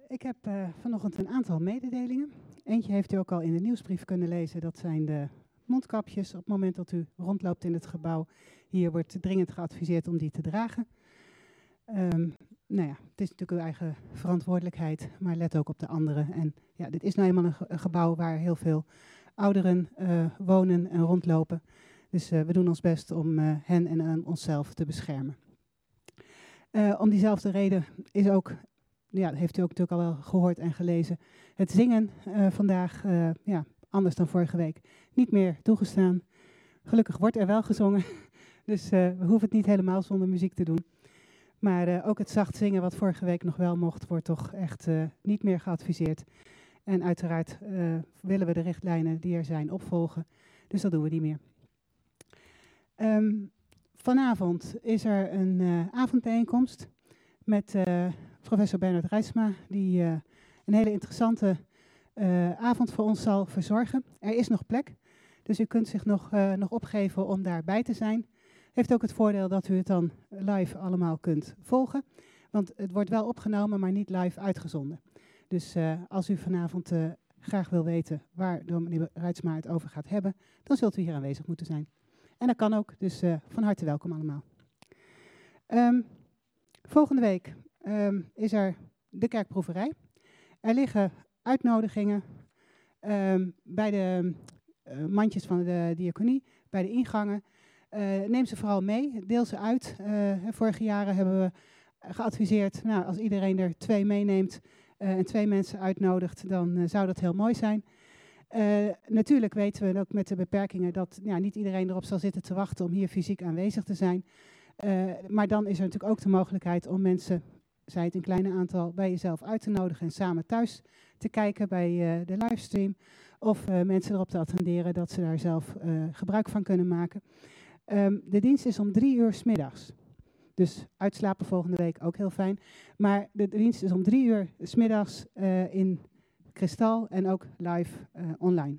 Ik heb vanochtend een aantal mededelingen. Eentje heeft u ook al in de nieuwsbrief kunnen lezen. Dat zijn de mondkapjes. Op het moment dat u rondloopt in het gebouw, hier wordt dringend geadviseerd om die te dragen. Nou ja, het is natuurlijk uw eigen verantwoordelijkheid, maar let ook op de anderen. En ja, dit is nou eenmaal een gebouw waar heel veel ouderen wonen en rondlopen. Dus we doen ons best om hen en onszelf te beschermen. Om diezelfde reden is ook, ja, dat heeft u ook natuurlijk al wel gehoord en gelezen, het zingen vandaag, anders dan vorige week, niet meer toegestaan. Gelukkig wordt er wel gezongen, dus we hoeven het niet helemaal zonder muziek te doen. Maar ook het zacht zingen wat vorige week nog wel mocht, wordt toch echt niet meer geadviseerd. En uiteraard willen we de richtlijnen die er zijn opvolgen, dus dat doen we niet meer. Vanavond is er een avondbijeenkomst met professor Bernard Reitsma, die een hele interessante avond voor ons zal verzorgen. Er is nog plek, dus u kunt zich nog opgeven om daarbij te zijn. Heeft ook het voordeel dat u het dan live allemaal kunt volgen. Want het wordt wel opgenomen, maar niet live uitgezonden. Dus als u vanavond graag wil weten waar meneer Reitsma het over gaat hebben, dan zult u hier aanwezig moeten zijn. En dat kan ook, dus van harte welkom allemaal. Volgende week is er de kerkproeverij. Er liggen uitnodigingen bij de mandjes van de diaconie, bij de ingangen. Neem ze vooral mee, deel ze uit. Vorige jaren hebben we geadviseerd, nou, als iedereen er 2 meeneemt en 2 mensen uitnodigt, dan zou dat heel mooi zijn. Natuurlijk weten we ook met de beperkingen dat niet iedereen erop zal zitten te wachten om hier fysiek aanwezig te zijn. Maar dan is er natuurlijk ook de mogelijkheid om mensen, zij het een kleine aantal, bij jezelf uit te nodigen en samen thuis te kijken bij de livestream. Of mensen erop te attenderen dat ze daar zelf gebruik van kunnen maken. De dienst is om 3 uur 's middags. Dus uitslapen volgende week ook heel fijn. Maar de dienst is om 3 uur 's middags in Kristal en ook live online.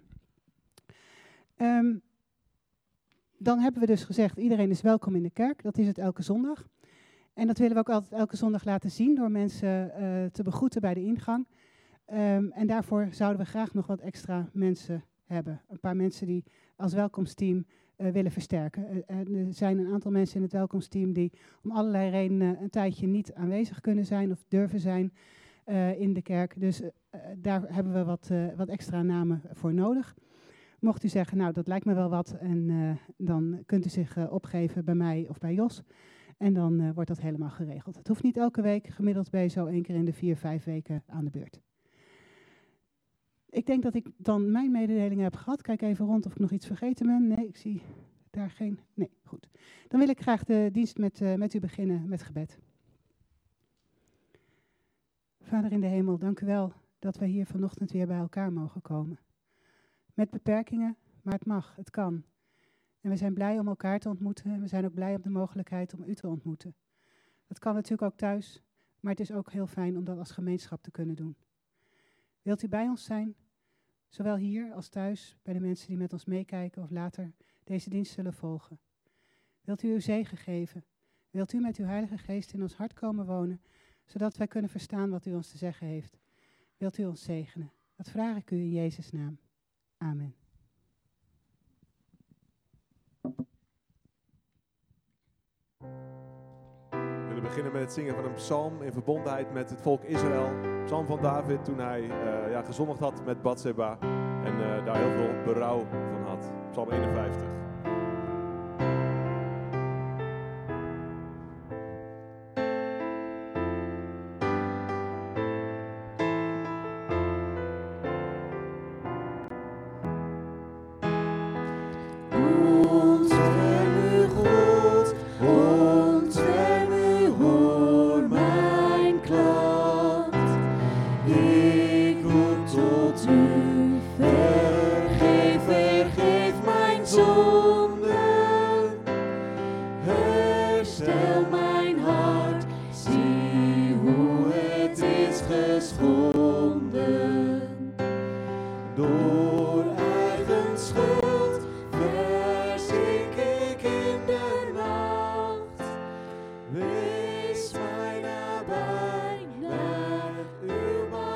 Dan hebben we dus gezegd, iedereen is welkom in de kerk. Dat is het elke zondag. En dat willen we ook altijd elke zondag laten zien door mensen te begroeten bij de ingang. En daarvoor zouden we graag nog wat extra mensen hebben. Een paar mensen die als welkomsteam willen versterken. Er zijn een aantal mensen in het welkomsteam die om allerlei redenen een tijdje niet aanwezig kunnen zijn of durven zijn in de kerk. Dus daar hebben we wat extra namen voor nodig. Mocht u zeggen, nou dat lijkt me wel wat, en dan kunt u zich opgeven bij mij of bij Jos. En dan wordt dat helemaal geregeld. Het hoeft niet elke week, gemiddeld ben je zo 1 keer in de 4-5 weken aan de beurt. Ik denk dat ik dan mijn mededelingen heb gehad. Kijk even rond of ik nog iets vergeten ben. Nee, ik zie daar geen. Nee, goed. Dan wil ik graag de dienst met u beginnen met gebed. Vader in de hemel, dank u wel dat wij hier vanochtend weer bij elkaar mogen komen. Met beperkingen, maar het mag, het kan. En we zijn blij om elkaar te ontmoeten en we zijn ook blij om de mogelijkheid om u te ontmoeten. Dat kan natuurlijk ook thuis, maar het is ook heel fijn om dat als gemeenschap te kunnen doen. Wilt u bij ons zijn, zowel hier als thuis, bij de mensen die met ons meekijken of later deze dienst zullen volgen? Wilt u uw zegen geven? Wilt u met uw Heilige Geest in ons hart komen wonen, zodat wij kunnen verstaan wat u ons te zeggen heeft? Wilt u ons zegenen? Dat vraag ik u in Jezus' naam. Amen. We willen beginnen met het zingen van een psalm in verbondenheid met het volk Israël. Psalm van David toen hij gezondigd had met Batseba en daar heel veel berouw van had. Psalm 51. Wees mij nabij, naar uw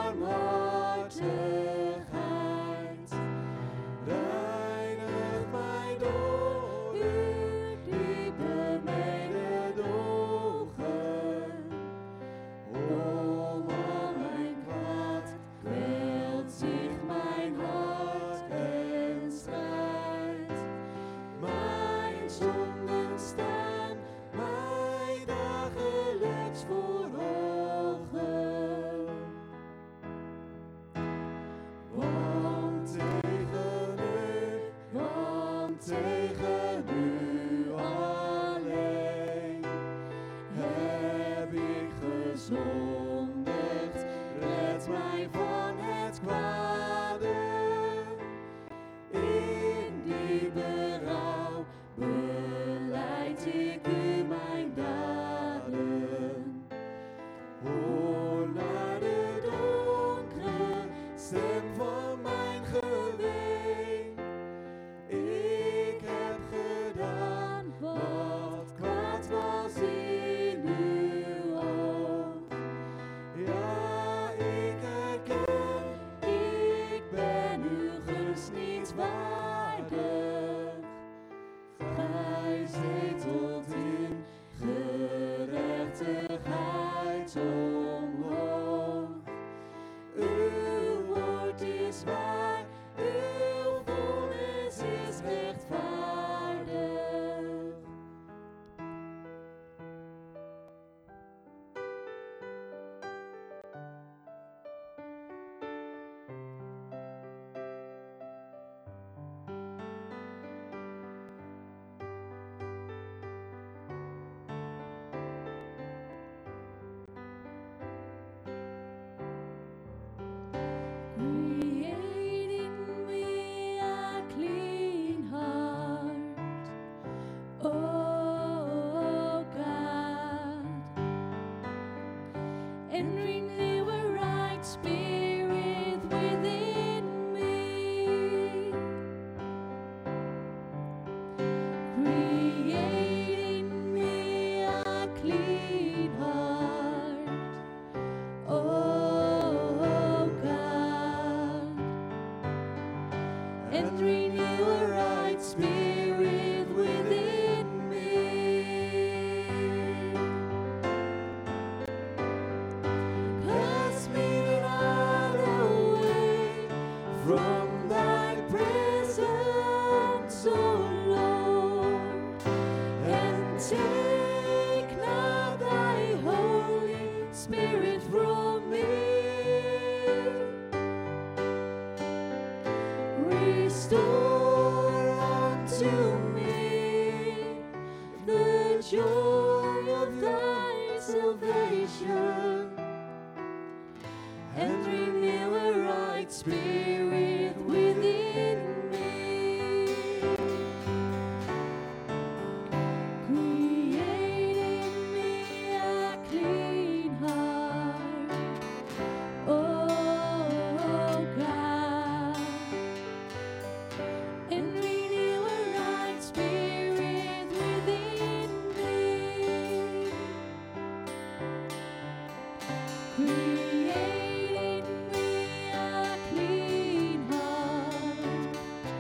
joy of thy salvation, and renew a right spirit within me. Create in me a clean heart, oh God, and renew a right spirit within me. Create in me a clean heart,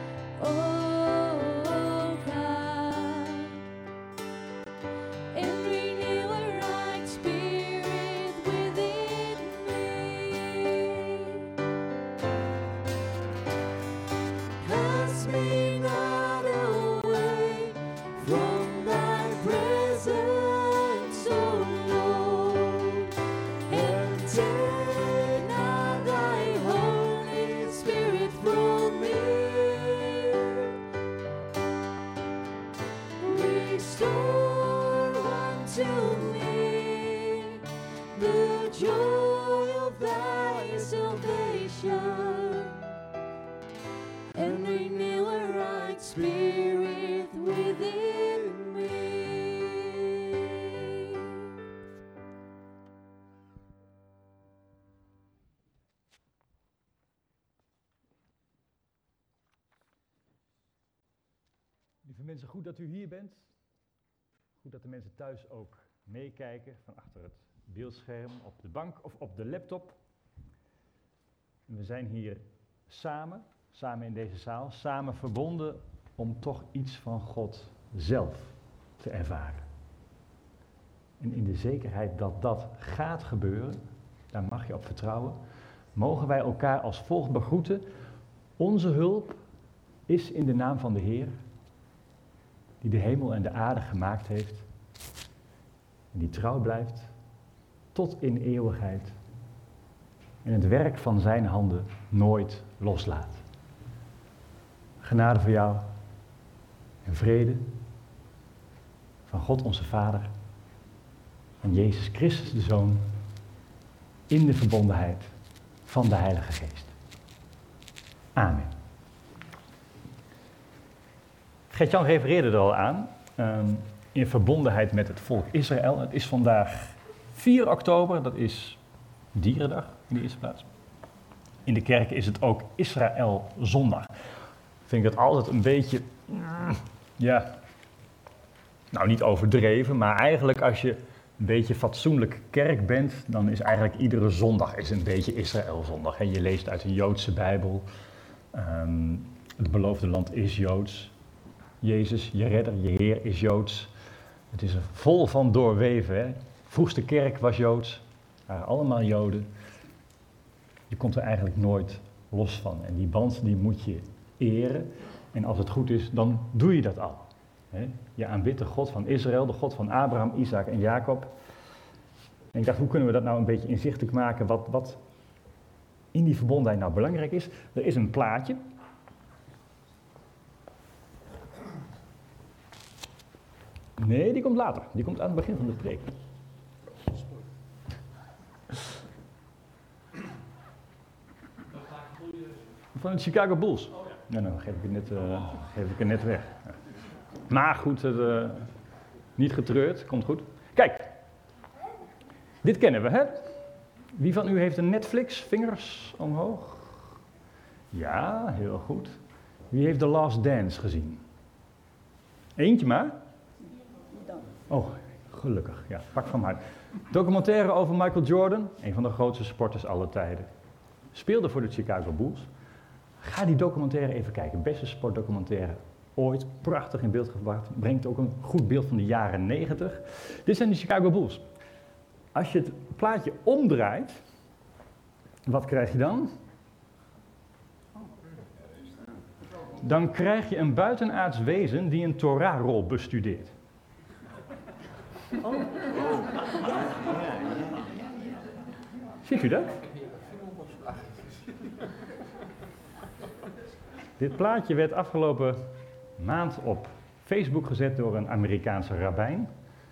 oh God, and renew a right spirit within me. Cast me not away from thy presence, O Lord, and take not thy Holy Spirit from me. Restore unto me the joy of thy salvation, and renew a right spirit within me. Lieve mensen, goed dat u hier bent. Goed dat de mensen thuis ook meekijken van achter het beeldscherm, op de bank of op de laptop. En we zijn hier samen in deze zaal, samen verbonden om toch iets van God zelf te ervaren. En in de zekerheid dat dat gaat gebeuren, daar mag je op vertrouwen, mogen wij elkaar als volgt begroeten. Onze hulp is in de naam van de Heer, die de hemel en de aarde gemaakt heeft, en die trouw blijft tot in eeuwigheid en het werk van zijn handen nooit loslaat. Genade voor jou en vrede van God onze Vader en Jezus Christus de Zoon in de verbondenheid van de Heilige Geest. Amen. Gert-Jan refereerde er al aan, in verbondenheid met het volk Israël. Het is vandaag 4 oktober, dat is Dierendag in de eerste plaats. In de kerk is het ook Israël Zondag. Vind ik dat altijd een beetje, nou niet overdreven, maar eigenlijk als je een beetje fatsoenlijk kerk bent, dan is eigenlijk iedere zondag is een beetje Israël Zondag. En je leest uit de Joodse Bijbel, het beloofde land is Joods. Jezus, je redder, je Heer is Joods. Het is er vol van doorweven. Hè? Vroegste kerk was Joods, waren allemaal Joden. Je komt er eigenlijk nooit los van. En die band die moet je eren. En als het goed is, dan doe je dat al. Hè? Je aanbidt de God van Israël, de God van Abraham, Isaac en Jacob. En ik dacht, hoe kunnen we dat nou een beetje inzichtelijk maken, wat in die verbondenheid nou belangrijk is. Er is een plaatje. Nee, die komt later. Die komt aan het begin van de preek. Van de Chicago Bulls. Ja, nou geef ik het net weg. Maar goed, niet getreurd, komt goed. Kijk, dit kennen we, hè? Wie van u heeft een Netflix? Vingers omhoog. Ja, heel goed. Wie heeft The Last Dance gezien? Eentje maar. Oh, gelukkig. Ja, pak van mij. Documentaire over Michael Jordan, een van de grootste sporters aller tijden. Speelde voor de Chicago Bulls. Ga die documentaire even kijken. Beste sportdocumentaire ooit. Prachtig in beeld gebracht. Brengt ook een goed beeld van de jaren 90. Dit zijn de Chicago Bulls. Als je het plaatje omdraait, wat krijg je dan? Dan krijg je een buitenaards wezen die een Torah-rol bestudeert. Oh. Ziet u dat? Dit plaatje werd afgelopen maand op Facebook gezet door een Amerikaanse rabbijn.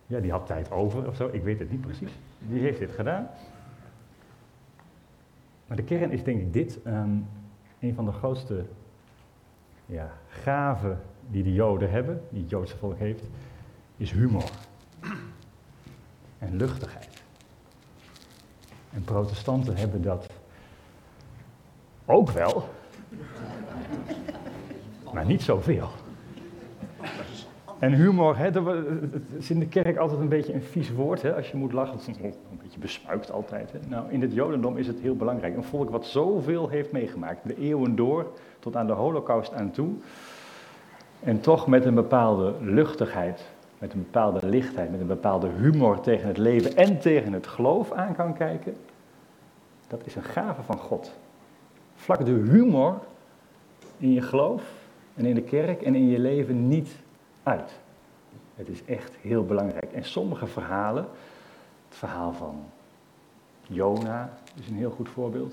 Ja, die had tijd over of zo, ik weet het niet precies. Die heeft dit gedaan. Maar de kern is denk ik dit, een van de grootste gaven die de Joden hebben, die het Joodse volk heeft, is humor. En luchtigheid. En protestanten hebben dat ook wel, maar niet zoveel. En humor, het is in de kerk altijd een beetje een vies woord, hè, als je moet lachen. Het is een beetje besmuikt altijd. Hè. Nou, in het Jodendom is het heel belangrijk. Een volk wat zoveel heeft meegemaakt, de eeuwen door, tot aan de Holocaust aan toe. En toch met een bepaalde luchtigheid, met een bepaalde lichtheid, met een bepaalde humor tegen het leven en tegen het geloof aan kan kijken. Dat is een gave van God. Vlak de humor in je geloof en in de kerk en in je leven niet uit. Het is echt heel belangrijk. En sommige verhalen, het verhaal van Jona is een heel goed voorbeeld.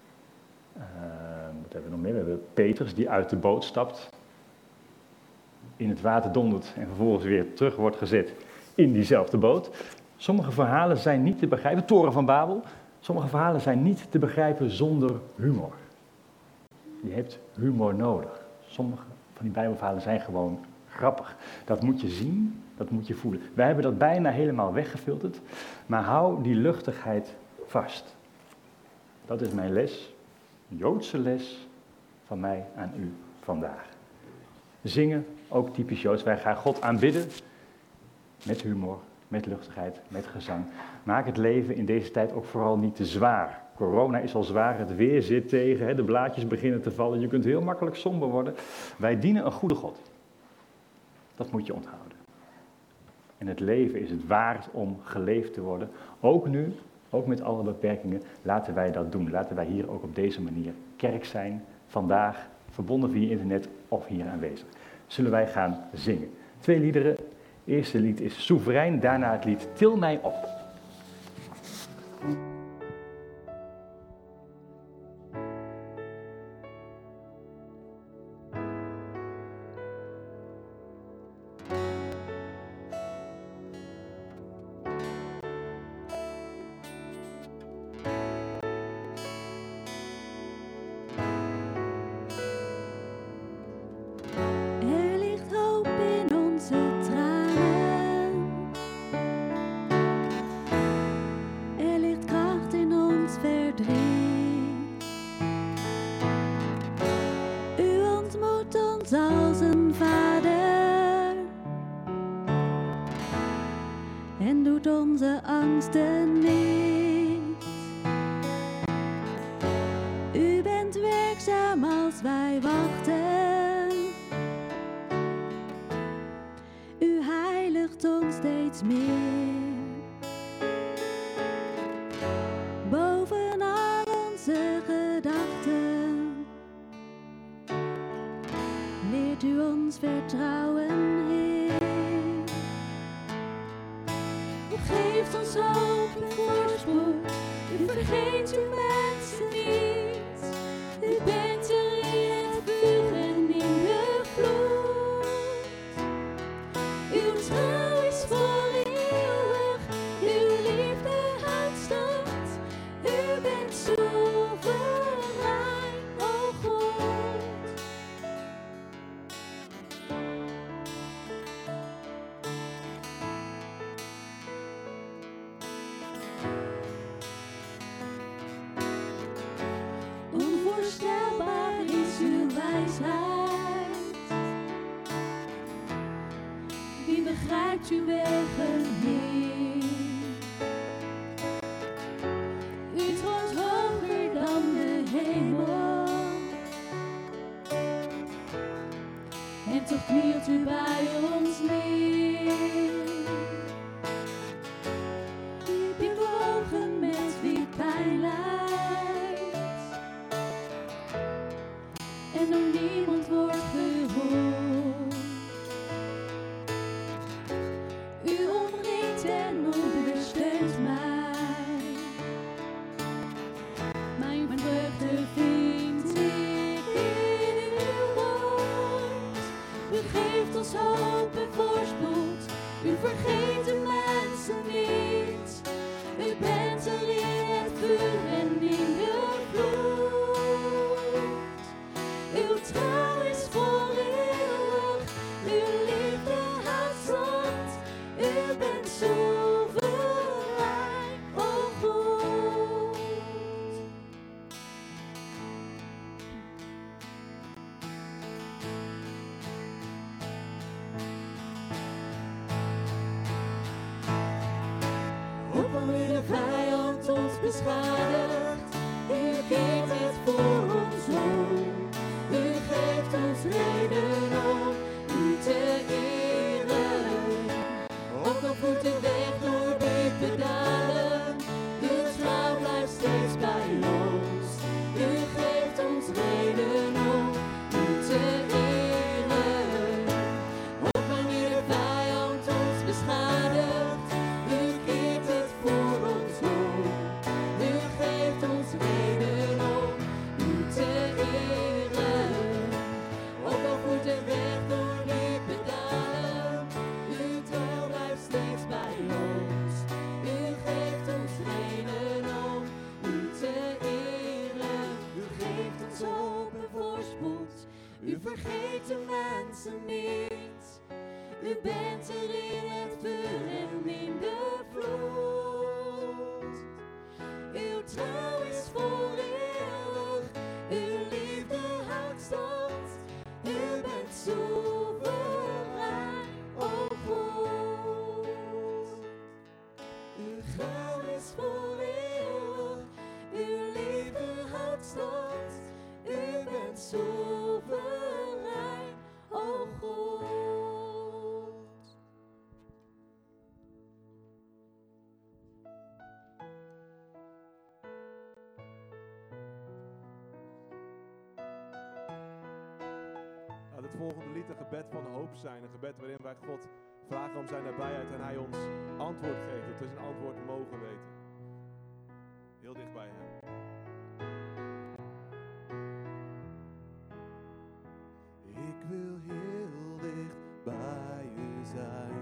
Wat hebben we nog meer? We hebben Petrus die uit de boot stapt, in het water dondert en vervolgens weer terug wordt gezet in diezelfde boot. Sommige verhalen zijn niet te begrijpen, de Toren van Babel, sommige verhalen zijn niet te begrijpen zonder humor. Je hebt humor nodig. Sommige van die Bijbelverhalen zijn gewoon grappig. Dat moet je zien, dat moet je voelen. Wij hebben dat bijna helemaal weggefilterd, maar hou die luchtigheid vast. Dat is mijn les, een Joodse les van mij aan u vandaag. Zingen, ook typisch Joods. Wij gaan God aanbidden met humor, met luchtigheid, met gezang. Maak het leven in deze tijd ook vooral niet te zwaar. Corona is al zwaar, het weer zit tegen, de blaadjes beginnen te vallen. Je kunt heel makkelijk somber worden. Wij dienen een goede God. Dat moet je onthouden. En het leven is het waard om geleefd te worden. Ook nu, ook met alle beperkingen, laten wij dat doen. Laten wij hier ook op deze manier kerk zijn, vandaag, verbonden via internet of hier aanwezig. Zullen wij gaan zingen. 2 liederen. Het eerste lied is Soeverein, daarna het lied Til mij op. Er ligt hoop in onze tranen. Er ligt kracht in ons verdriet. U ontmoet ons als een vader en doet onze angsten niet. U bent werkzaam als wij wachten. U heiligt ons steeds meer. Boven al onze gedachten leert u ons vertrouwen, Heer. U geeft ons hoop en voorspoed. U vergeet uw mensen niet. U bent er in het vuur en in de vloed. Uw trouw is voor eeuwig, uw liefde houdt stand. U bent soeverein, o God. Onvoorstelbaar is uw wijsheid. Wie begrijpt uw wegen, Heer? U troont hoger dan de hemel. En toch knielt u bij ons neer. U bewogen met wie pijn lijdt. En door niemand wordt gehoord. U omringt en ondersteunt mij. Mijn vreugde vind ik in uw woord. U geeft ons hoop en voorspoed. U beschadigd. U keert het voor ons om. U geeft ons reden om u te eren. Ook al voert de weg door diepe dalen, uw trouw blijft steeds bij ons. U geeft ons reden om u te eren. Ook wanneer de vijand ons beschadigt, u keert het voor ons om. U geeft ons reden om u te eren. Ook al voert de weg door diepe dalen, uw trouw blijft steeds bij ons. U geeft ons reden om u te eren. U geeft ons hoop en voorspoed. U vergeet de mensen niet. U bent er in het vuur en in de vloed. Uw trouw is voor eeuwig. Uw liefde houdt stand. U bent soeverein, o God. Uw trouw is voor eeuwig. Uw liefde houdt stand. U bent soeverein, o God. Laat het volgende lied een gebed van hoop zijn. Een gebed waarin wij God vragen om zijn nabijheid en hij ons antwoord geeft. Dat we zijn antwoord mogen weten. Heel dicht bij hem. Ik wil heel dicht bij u zijn.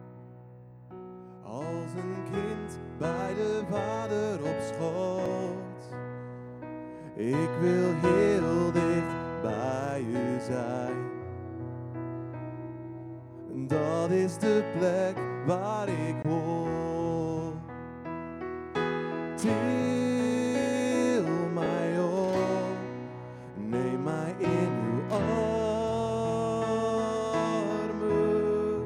Als een kind bij de vader op schoot. Ik wil heel dicht bij u zijn. Dat is de plek waar ik hoor. Til mij op, neem mij in uw armen.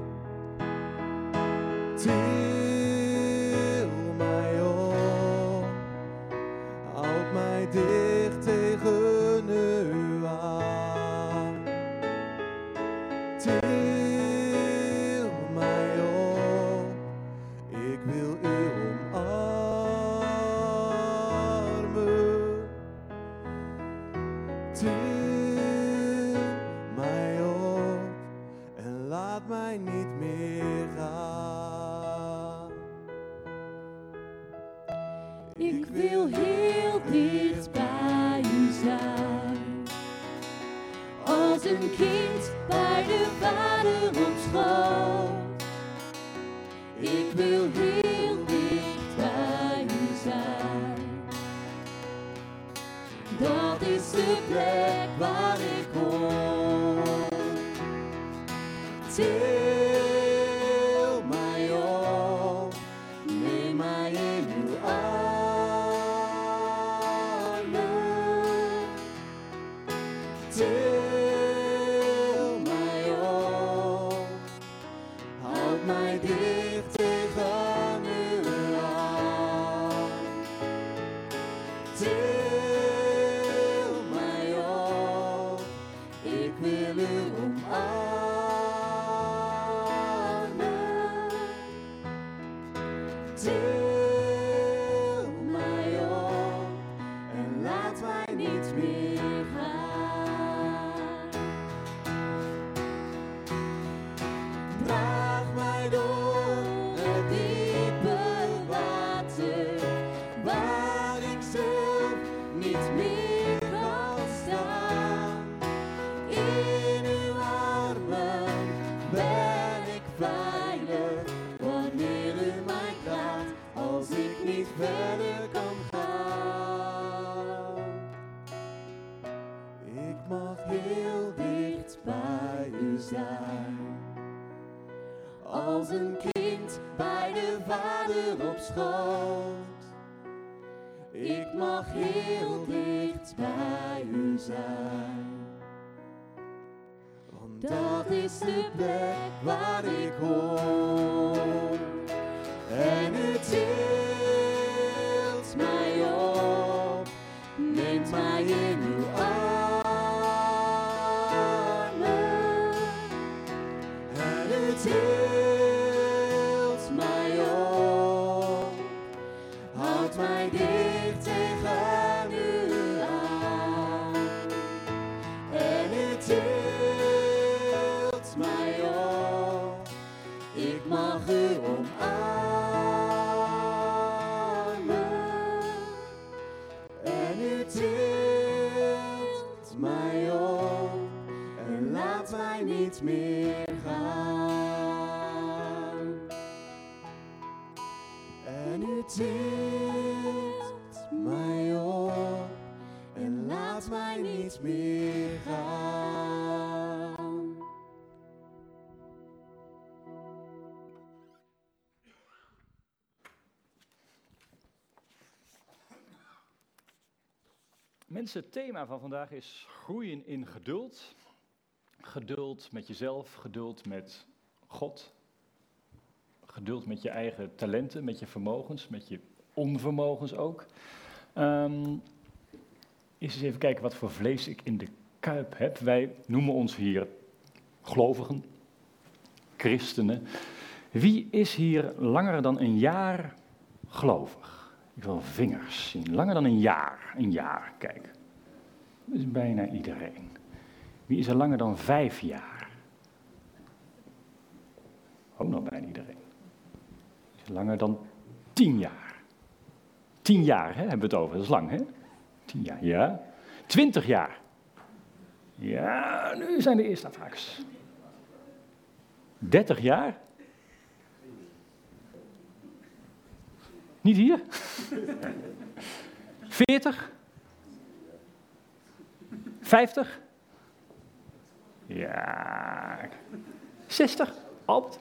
Til mij op, houd mij dicht tegen u aan. Til mij op, ik wil u omarmen. Til mij op en laat mij niet meer gaan. Ik wil heel dicht bij u zijn. Als een kind bij de vader op schoot. Ik wil heel dicht bij u zijn. Dat is de plek waar ik hoor. Til mij op, neem mij in uw armen. Til mij op, houd mij dicht tegen u aan. Til mij op, ik wil u omarmen. Til mij op en laat mij niet meer gaan. Draag mij door het diepe water, waar ik zelf niet meer kan staan. In uw armen ben ik veilig, wanneer u mij draagt, als ik niet verder kan gaan. Ik mag heel dicht bij u zijn. Als een kind bij de vader op schoot. Ik mag heel dicht bij u zijn. Want dat is de plek waar ik hoor. En u tilt mij in uw armen. En u tilt mij op, houdt mij dicht tegen u aan. En u tilt mij op, ik mag u omarmen. En u tilt mij op en laat mij niet meer gaan. En u tilt mij op en laat mij niet meer gaan. Mensen, het thema van vandaag is groeien in geduld. Geduld met jezelf, geduld met God. Geduld met je eigen talenten, met je vermogens, met je onvermogens ook. Eerst eens even kijken wat voor vlees ik in de kuip heb. Wij noemen ons hier gelovigen, christenen. Wie is hier langer dan een jaar gelovig? Ik wil vingers zien. Langer dan een jaar. Een jaar, kijk. Dat is bijna iedereen. Wie is er langer dan 5 jaar? Ook nog bijna iedereen. Wie is er langer dan 10 jaar? 10 jaar, hè, hebben we het over. Dat is lang, hè? 10 jaar, ja. 20 jaar. Ja, nu zijn de eerste vaaks. 30 jaar. Niet hier? 40? 50? Ja. 60? Albert?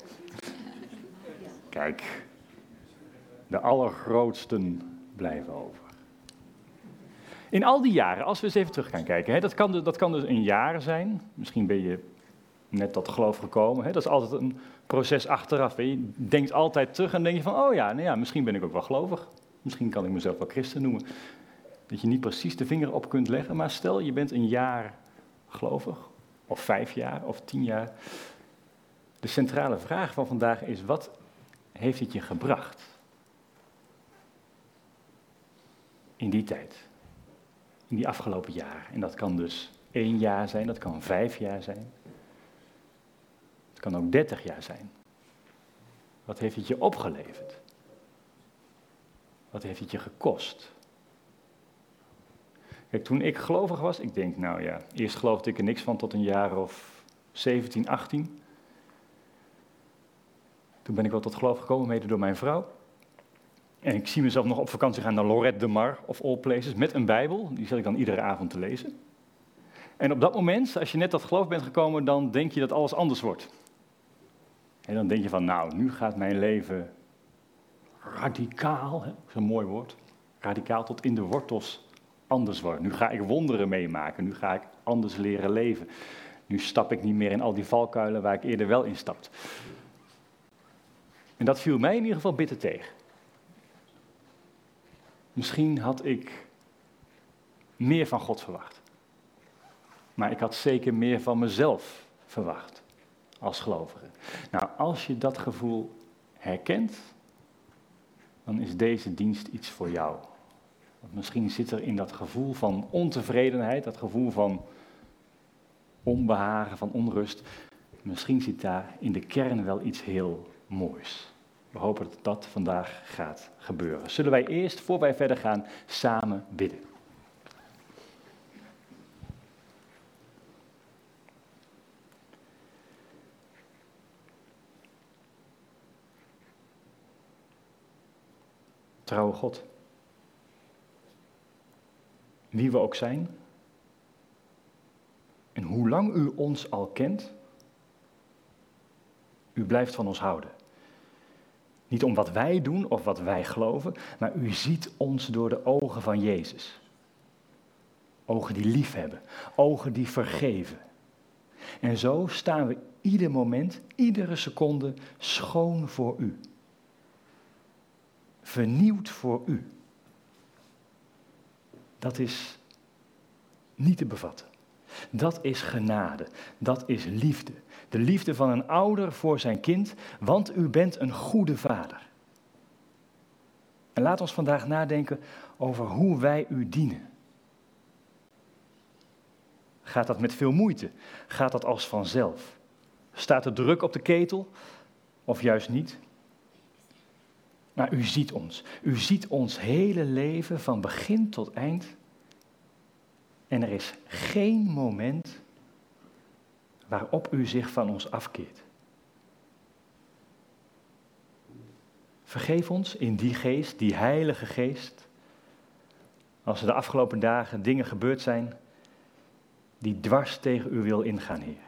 Kijk, de allergrootsten blijven over. In al die jaren, als we eens even terug gaan kijken, hè, dat kan dus een jaar zijn. Misschien ben je net tot geloof gekomen. Hè, dat is altijd een proces achteraf. Hè. Je denkt altijd terug en denk je van, oh ja, nou ja, misschien ben ik ook wel gelovig. Misschien kan ik mezelf wel christen noemen. Dat je niet precies de vinger op kunt leggen, maar stel je bent een jaar gelovig, of 5 jaar, of 10 jaar. De centrale vraag van vandaag is, wat heeft het je gebracht in die tijd? In die afgelopen jaren. En dat kan dus 1 jaar zijn, dat kan 5 jaar zijn. Het kan ook 30 jaar zijn. Wat heeft het je opgeleverd? Wat heeft het je gekost? Kijk, toen ik gelovig was, ik denk, nou ja, eerst geloofde ik er niks van tot een jaar of 17, 18. Toen ben ik wel tot geloof gekomen, mede door mijn vrouw. En ik zie mezelf nog op vakantie gaan naar Lorette de Mar, of all places, met een Bijbel. Die zat ik dan iedere avond te lezen. En op dat moment, als je net tot geloof bent gekomen, dan denk je dat alles anders wordt. En dan denk je van, nou, nu gaat mijn leven radicaal, hè, zo'n mooi woord, radicaal tot in de wortels anders worden. Nu ga ik wonderen meemaken, nu ga ik anders leren leven. Nu stap ik niet meer in al die valkuilen waar ik eerder wel in stapte. En dat viel mij in ieder geval bitter tegen. Misschien had ik meer van God verwacht. Maar ik had zeker meer van mezelf verwacht als gelovige. Nou, als je dat gevoel herkent, dan is deze dienst iets voor jou. Want misschien zit er in dat gevoel van ontevredenheid, dat gevoel van onbehagen, van onrust, misschien zit daar in de kern wel iets heel moois. We hopen dat dat vandaag gaat gebeuren. Zullen wij eerst, voor wij verder gaan, samen bidden. Trouwe God, wie we ook zijn en hoe lang u ons al kent, u blijft van ons houden. Niet om wat wij doen of wat wij geloven, maar u ziet ons door de ogen van Jezus. Ogen die lief hebben, ogen die vergeven. En zo staan we ieder moment, iedere seconde schoon voor u. Vernieuwd voor u. Dat is niet te bevatten. Dat is genade, dat is liefde. De liefde van een ouder voor zijn kind, want u bent een goede vader. En laat ons vandaag nadenken over hoe wij u dienen. Gaat dat met veel moeite? Gaat dat als vanzelf? Staat er druk op de ketel of juist niet? Maar u ziet ons. U ziet ons hele leven van begin tot eind. En er is geen moment waarop u zich van ons afkeert. Vergeef ons in die geest, die heilige geest, als er de afgelopen dagen dingen gebeurd zijn die dwars tegen uw wil ingaan, Heer.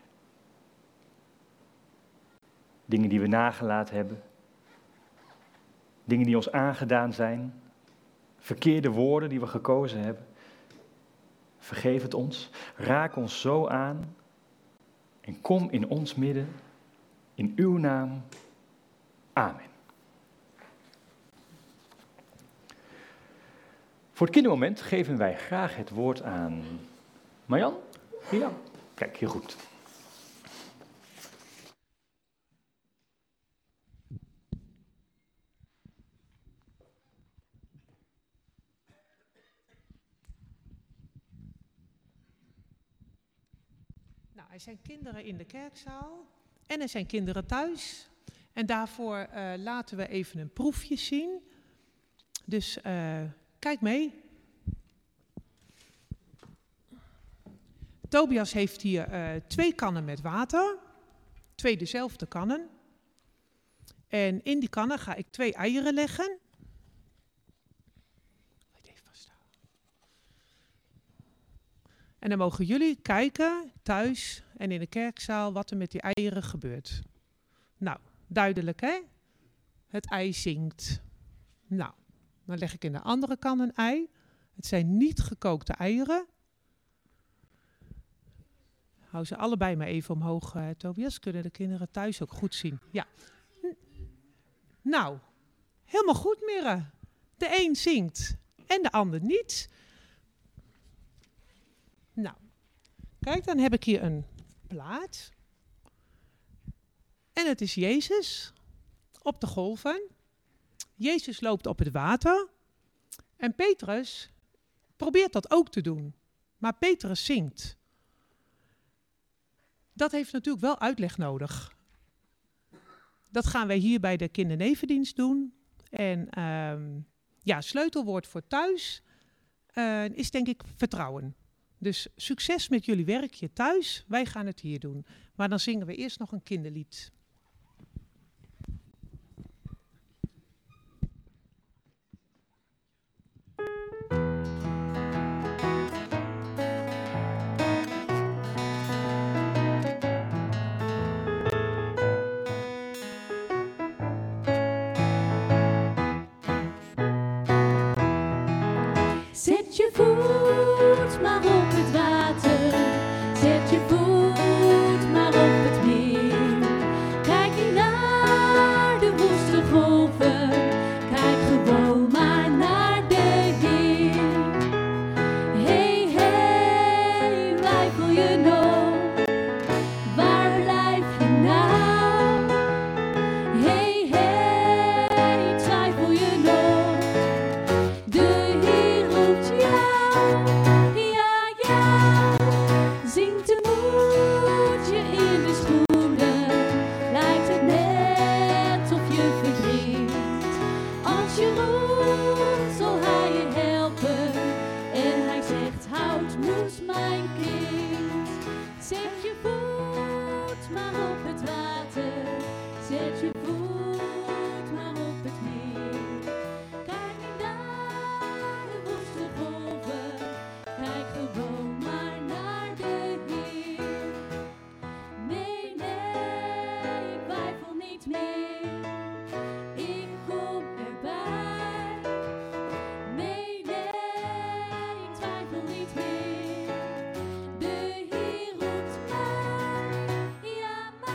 Dingen die we nagelaten hebben, dingen die ons aangedaan zijn, verkeerde woorden die we gekozen hebben. Vergeef het ons, raak ons zo aan en kom in ons midden, in uw naam. Amen. Voor het kindermoment geven wij graag het woord aan Marjan. Ja, kijk, heel goed. Nou, er zijn kinderen in de kerkzaal en er zijn kinderen thuis. En daarvoor laten we even een proefje zien. Dus kijk mee. Tobias heeft hier 2 kannen met water. 2 dezelfde kannen. En in die kannen ga ik 2 eieren leggen. Even vasthouden. En dan mogen jullie kijken, thuis en in de kerkzaal, wat er met die eieren gebeurt. Nou, duidelijk hè? Het ei zinkt. Nou, dan leg ik in de andere kan een ei. Het zijn niet gekookte eieren. Hou ze allebei maar even omhoog, Tobias. Kunnen de kinderen thuis ook goed zien. Ja. Nou, helemaal goed, Mirre. De een zingt en de ander niet. Nou, kijk, dan heb ik hier een plaat. En het is Jezus op de golven. Jezus loopt op het water. En Petrus probeert dat ook te doen. Maar Petrus zingt. Dat heeft natuurlijk wel uitleg nodig. Dat gaan wij hier bij de kindernevendienst doen. En sleutelwoord voor thuis is denk ik vertrouwen. Dus succes met jullie werkje thuis. Wij gaan het hier doen. Maar dan zingen we eerst nog een kinderlied. Zet je voet maar op het water, zet je voet maar op het meer. Kijk niet naar de woeste golven, kijk gewoon maar naar de Heer. Hey, hey, twijfel je nog? Waar blijf je nou? Hey, hey, twijfel je nog? Zingt de moed je in de schoenen, lijkt het net of je verdrinkt. Als je roept zal hij je helpen en hij zegt houd moed mijn kind. Zet je voet maar op het water, zet je voet maar op het meer. Kijk niet naar de woeste golven, kijk gewoon maar naar de Heer. Nee, nee, ik twijfel niet meer, ik kom erbij. Nee, nee, ik twijfel niet meer, de Heer roept mij. Ja,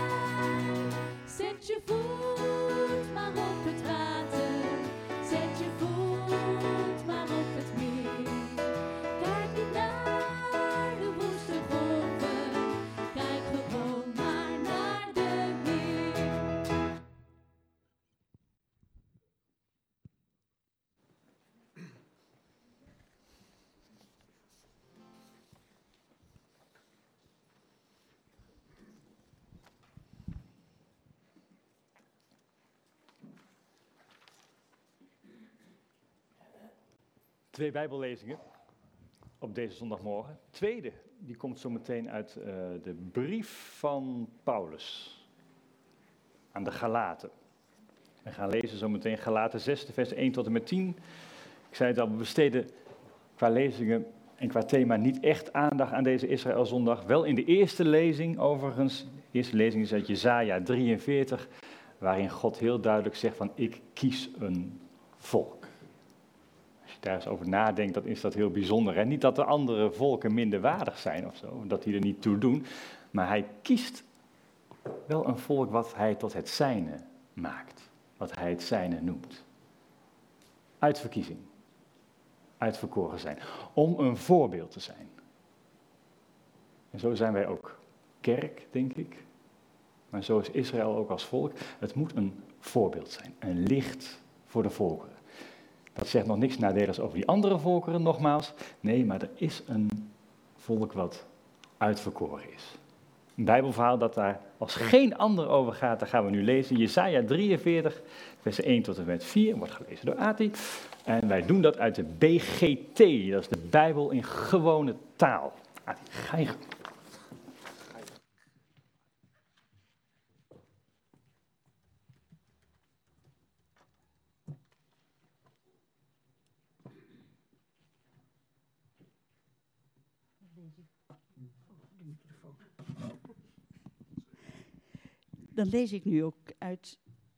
2 Bijbellezingen op deze zondagmorgen. Tweede, die komt zo meteen uit de brief van Paulus aan de Galaten. We gaan lezen zo meteen Galaten 6, vers 1 tot en met 10. Ik zei het al, we besteden qua lezingen en qua thema niet echt aandacht aan deze Israëlzondag. Wel in de eerste lezing overigens. De eerste lezing is uit Jesaja 43, waarin God heel duidelijk zegt van ik kies een volk. Als je daar eens over nadenkt, dan is dat heel bijzonder. En niet dat de andere volken minder waardig zijn of zo, dat die er niet toe doen. Maar hij kiest wel een volk wat hij tot het zijne maakt. Wat hij het zijne noemt. Uitverkiezing. Uitverkoren zijn. Om een voorbeeld te zijn. En zo zijn wij ook kerk, denk ik. Maar zo is Israël ook als volk. Het moet een voorbeeld zijn. Een licht voor de volkeren. Dat zegt nog niks nadeligs over die andere volkeren, nogmaals. Nee, maar er is een volk wat uitverkoren is. Een Bijbelverhaal dat daar als geen ander over gaat, daar gaan we nu lezen. Jesaja 43, vers 1 tot en met 4, wordt gelezen door Ati. En wij doen dat uit de BGT, dat is de Bijbel in gewone taal. Ati, ga je gang. Dan lees ik nu ook uit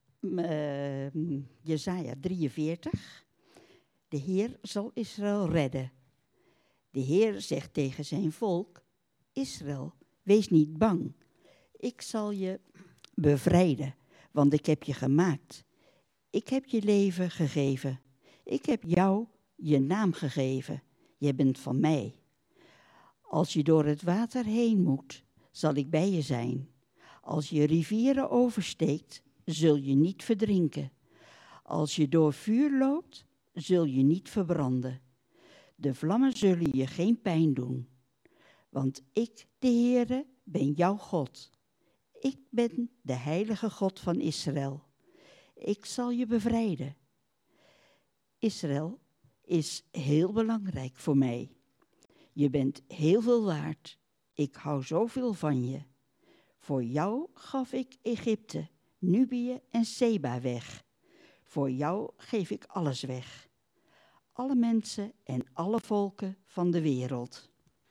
Jesaja 43. De Heer zal Israël redden. De Heer zegt tegen zijn volk, Israël, wees niet bang. Ik zal je bevrijden, want ik heb je gemaakt. Ik heb je leven gegeven. Ik heb jou je naam gegeven. Je bent van mij. Als je door het water heen moet, zal ik bij je zijn. Als je rivieren oversteekt, zul je niet verdrinken. Als je door vuur loopt, zul je niet verbranden. De vlammen zullen je geen pijn doen. Want ik, de Heere, ben jouw God. Ik ben de heilige God van Israël. Ik zal je bevrijden. Israël is heel belangrijk voor mij. Je bent heel veel waard. Ik hou zoveel van je. Voor jou gaf ik Egypte, Nubië en Seba weg. Voor jou geef ik alles weg. Alle mensen en alle volken van de wereld.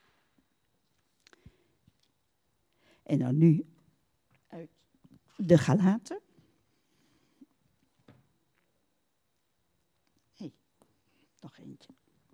En dan nu uit de Galaten. Nog eentje.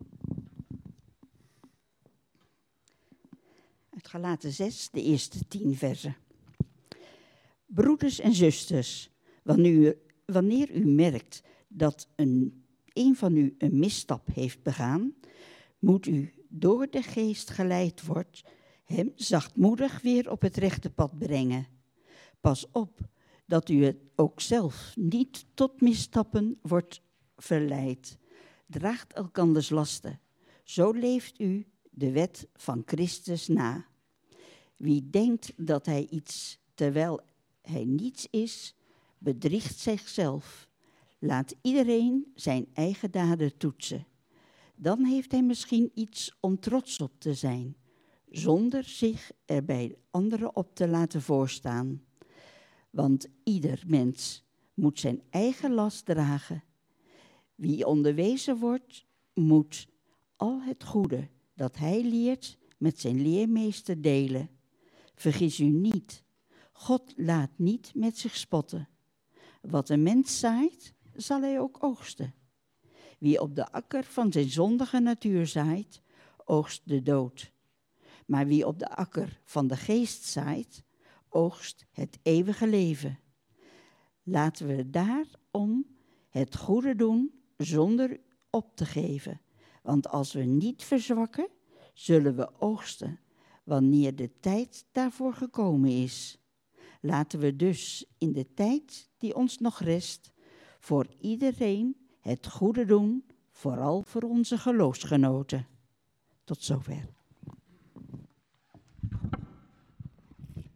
Uit Galaten 6, de eerste 10 versen. Broeders en zusters, wanneer u merkt dat een van u een misstap heeft begaan, moet u door de geest geleid wordt, hem zachtmoedig weer op het rechte pad brengen. Pas op dat u het ook zelf niet tot misstappen wordt verleid. Draagt elkanders lasten. Zo leeft u de wet van Christus na. Wie denkt dat hij iets terwijl hij niets is, bedriegt zichzelf. Laat iedereen zijn eigen daden toetsen. Dan heeft hij misschien iets om trots op te zijn, zonder zich er bij anderen op te laten voorstaan. Want ieder mens moet zijn eigen last dragen. Wie onderwezen wordt, moet al het goede dat hij leert met zijn leermeester delen. Vergis u niet, God laat niet met zich spotten. Wat een mens zaait, zal hij ook oogsten. Wie op de akker van zijn zondige natuur zaait, oogst de dood. Maar wie op de akker van de geest zaait, oogst het eeuwige leven. Laten we daarom het goede doen zonder op te geven. Want als we niet verzwakken, zullen we oogsten wanneer de tijd daarvoor gekomen is. Laten we dus in de tijd die ons nog rest voor iedereen het goede doen, vooral voor onze geloofsgenoten. Tot zover.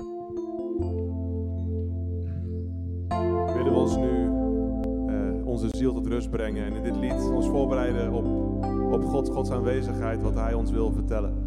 Willen we ons nu onze ziel tot rust brengen. En in dit lied ons voorbereiden op Gods aanwezigheid, wat Hij ons wil vertellen.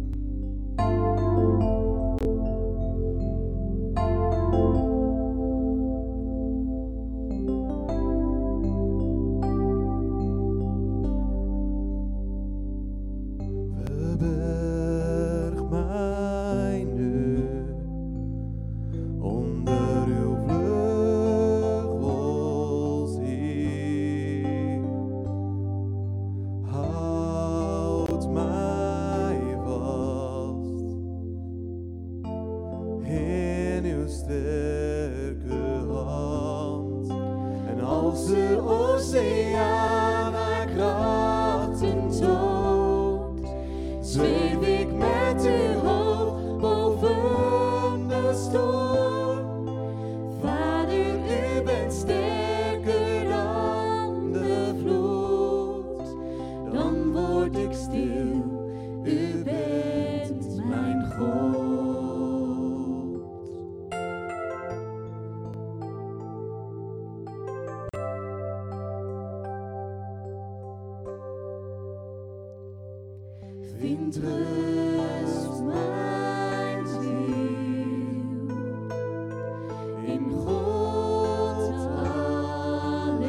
Vind rust, mijn ziel, in God alleen.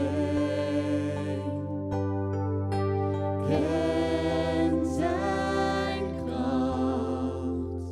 Ken zijn kracht,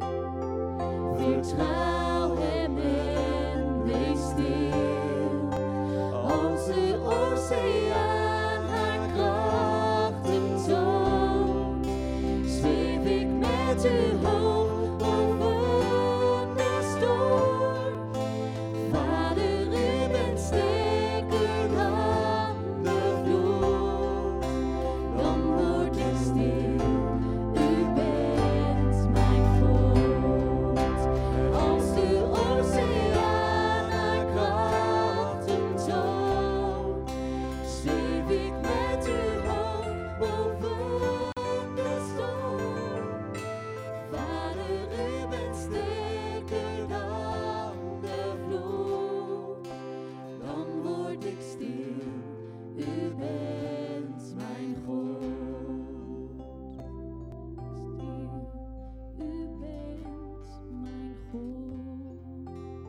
vertrouw hem en wees stil. Als de oceaan haar krachten toont, zweef ik met u hoog boven de storm. Vader, u bent sterker dan de vloed. Dan word ik stil, u bent mijn God. Als de oceaan haar krachten toont, zweef ik met u hoog boven de storm. Vader, u bent sterker dan de vloed. Dan word ik stil, u bent mijn God. Stil, u bent mijn God.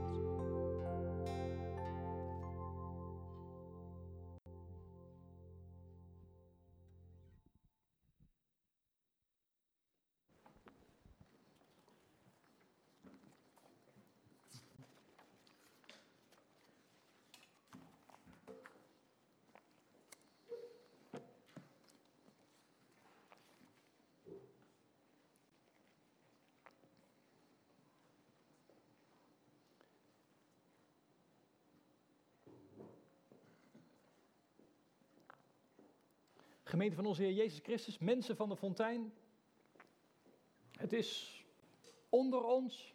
Gemeente van onze Heer Jezus Christus, mensen van de Fontein. Het is onder ons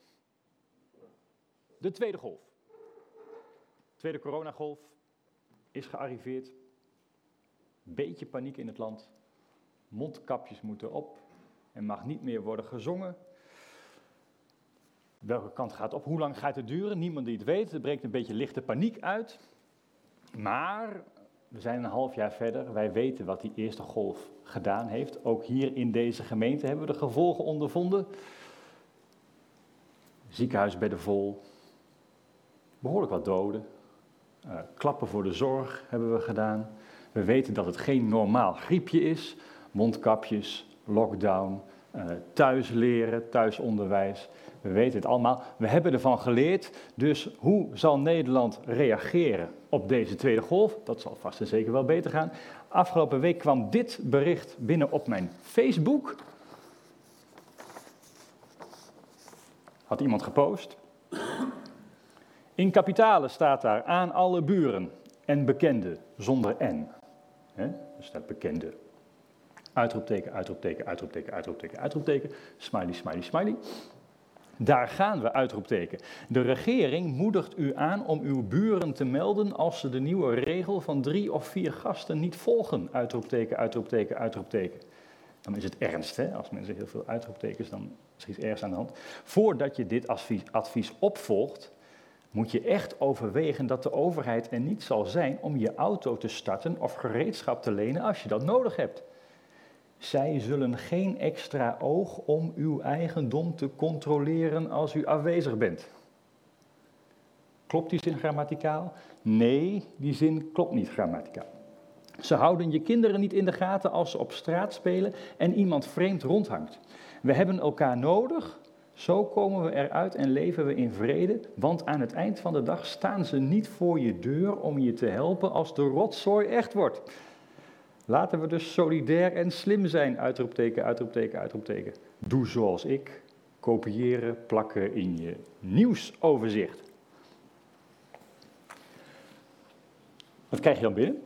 de tweede golf. De tweede coronagolf is gearriveerd. Beetje paniek in het land. Mondkapjes moeten op. Er mag niet meer worden gezongen. Welke kant gaat het op? Hoe lang gaat het duren? Niemand die het weet. Er breekt een beetje lichte paniek uit. Maar we zijn een half jaar verder. Wij weten wat die eerste golf gedaan heeft. Ook hier in deze gemeente hebben we de gevolgen ondervonden. Ziekenhuisbedden vol. Behoorlijk wat doden. Klappen voor de zorg hebben we gedaan. We weten dat het geen normaal griepje is. Mondkapjes, lockdown, thuis leren, thuisonderwijs. We weten het allemaal. We hebben ervan geleerd. Dus hoe zal Nederland reageren op deze tweede golf? Dat zal vast en zeker wel beter gaan. Afgelopen week kwam dit bericht binnen op mijn Facebook. Had iemand gepost. In kapitalen staat daar aan alle buren en bekenden zonder N. Er staat bekende. Uitroepteken, uitroepteken, uitroepteken, uitroepteken, uitroepteken. Smiley, smiley, smiley. Daar gaan we, uitroepteken. De regering moedigt u aan om uw buren te melden als ze de nieuwe regel van 3 of 4 gasten niet volgen. Uitroepteken, uitroepteken, uitroepteken. Dan is het ernst, hè? Als mensen heel veel uitroeptekens, dan is er iets ergs aan de hand. Voordat je dit advies opvolgt, moet je echt overwegen dat de overheid er niet zal zijn om je auto te starten of gereedschap te lenen als je dat nodig hebt. Zij zullen geen extra oog om uw eigendom te controleren als u afwezig bent. Klopt die zin grammaticaal? Nee, die zin klopt niet grammaticaal. Ze houden je kinderen niet in de gaten als ze op straat spelen en iemand vreemd rondhangt. We hebben elkaar nodig, zo komen we eruit en leven we in vrede, want aan het eind van de dag staan ze niet voor je deur om je te helpen als de rotzooi echt wordt. Laten we dus solidair en slim zijn, uitroepteken, uitroepteken, uitroepteken. Doe zoals ik, kopiëren, plakken in je nieuwsoverzicht. Wat krijg je dan binnen?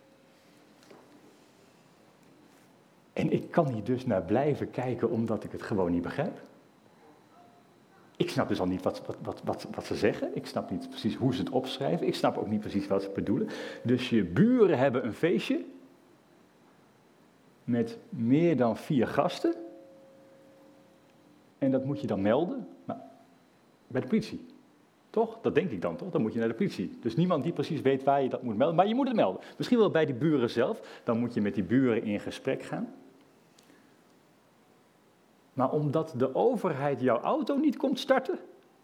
En ik kan hier dus naar blijven kijken omdat ik het gewoon niet begrijp. Ik snap dus al niet wat ze zeggen. Ik snap niet precies hoe ze het opschrijven. Ik snap ook niet precies wat ze bedoelen. Dus je buren hebben een feestje met meer dan 4 gasten. En dat moet je dan melden bij de politie. Toch? Dat denk ik dan, toch? Dan moet je naar de politie. Dus niemand die precies weet waar je dat moet melden. Maar je moet het melden. Misschien wel bij die buren zelf. Dan moet je met die buren in gesprek gaan. Maar omdat de overheid jouw auto niet komt starten,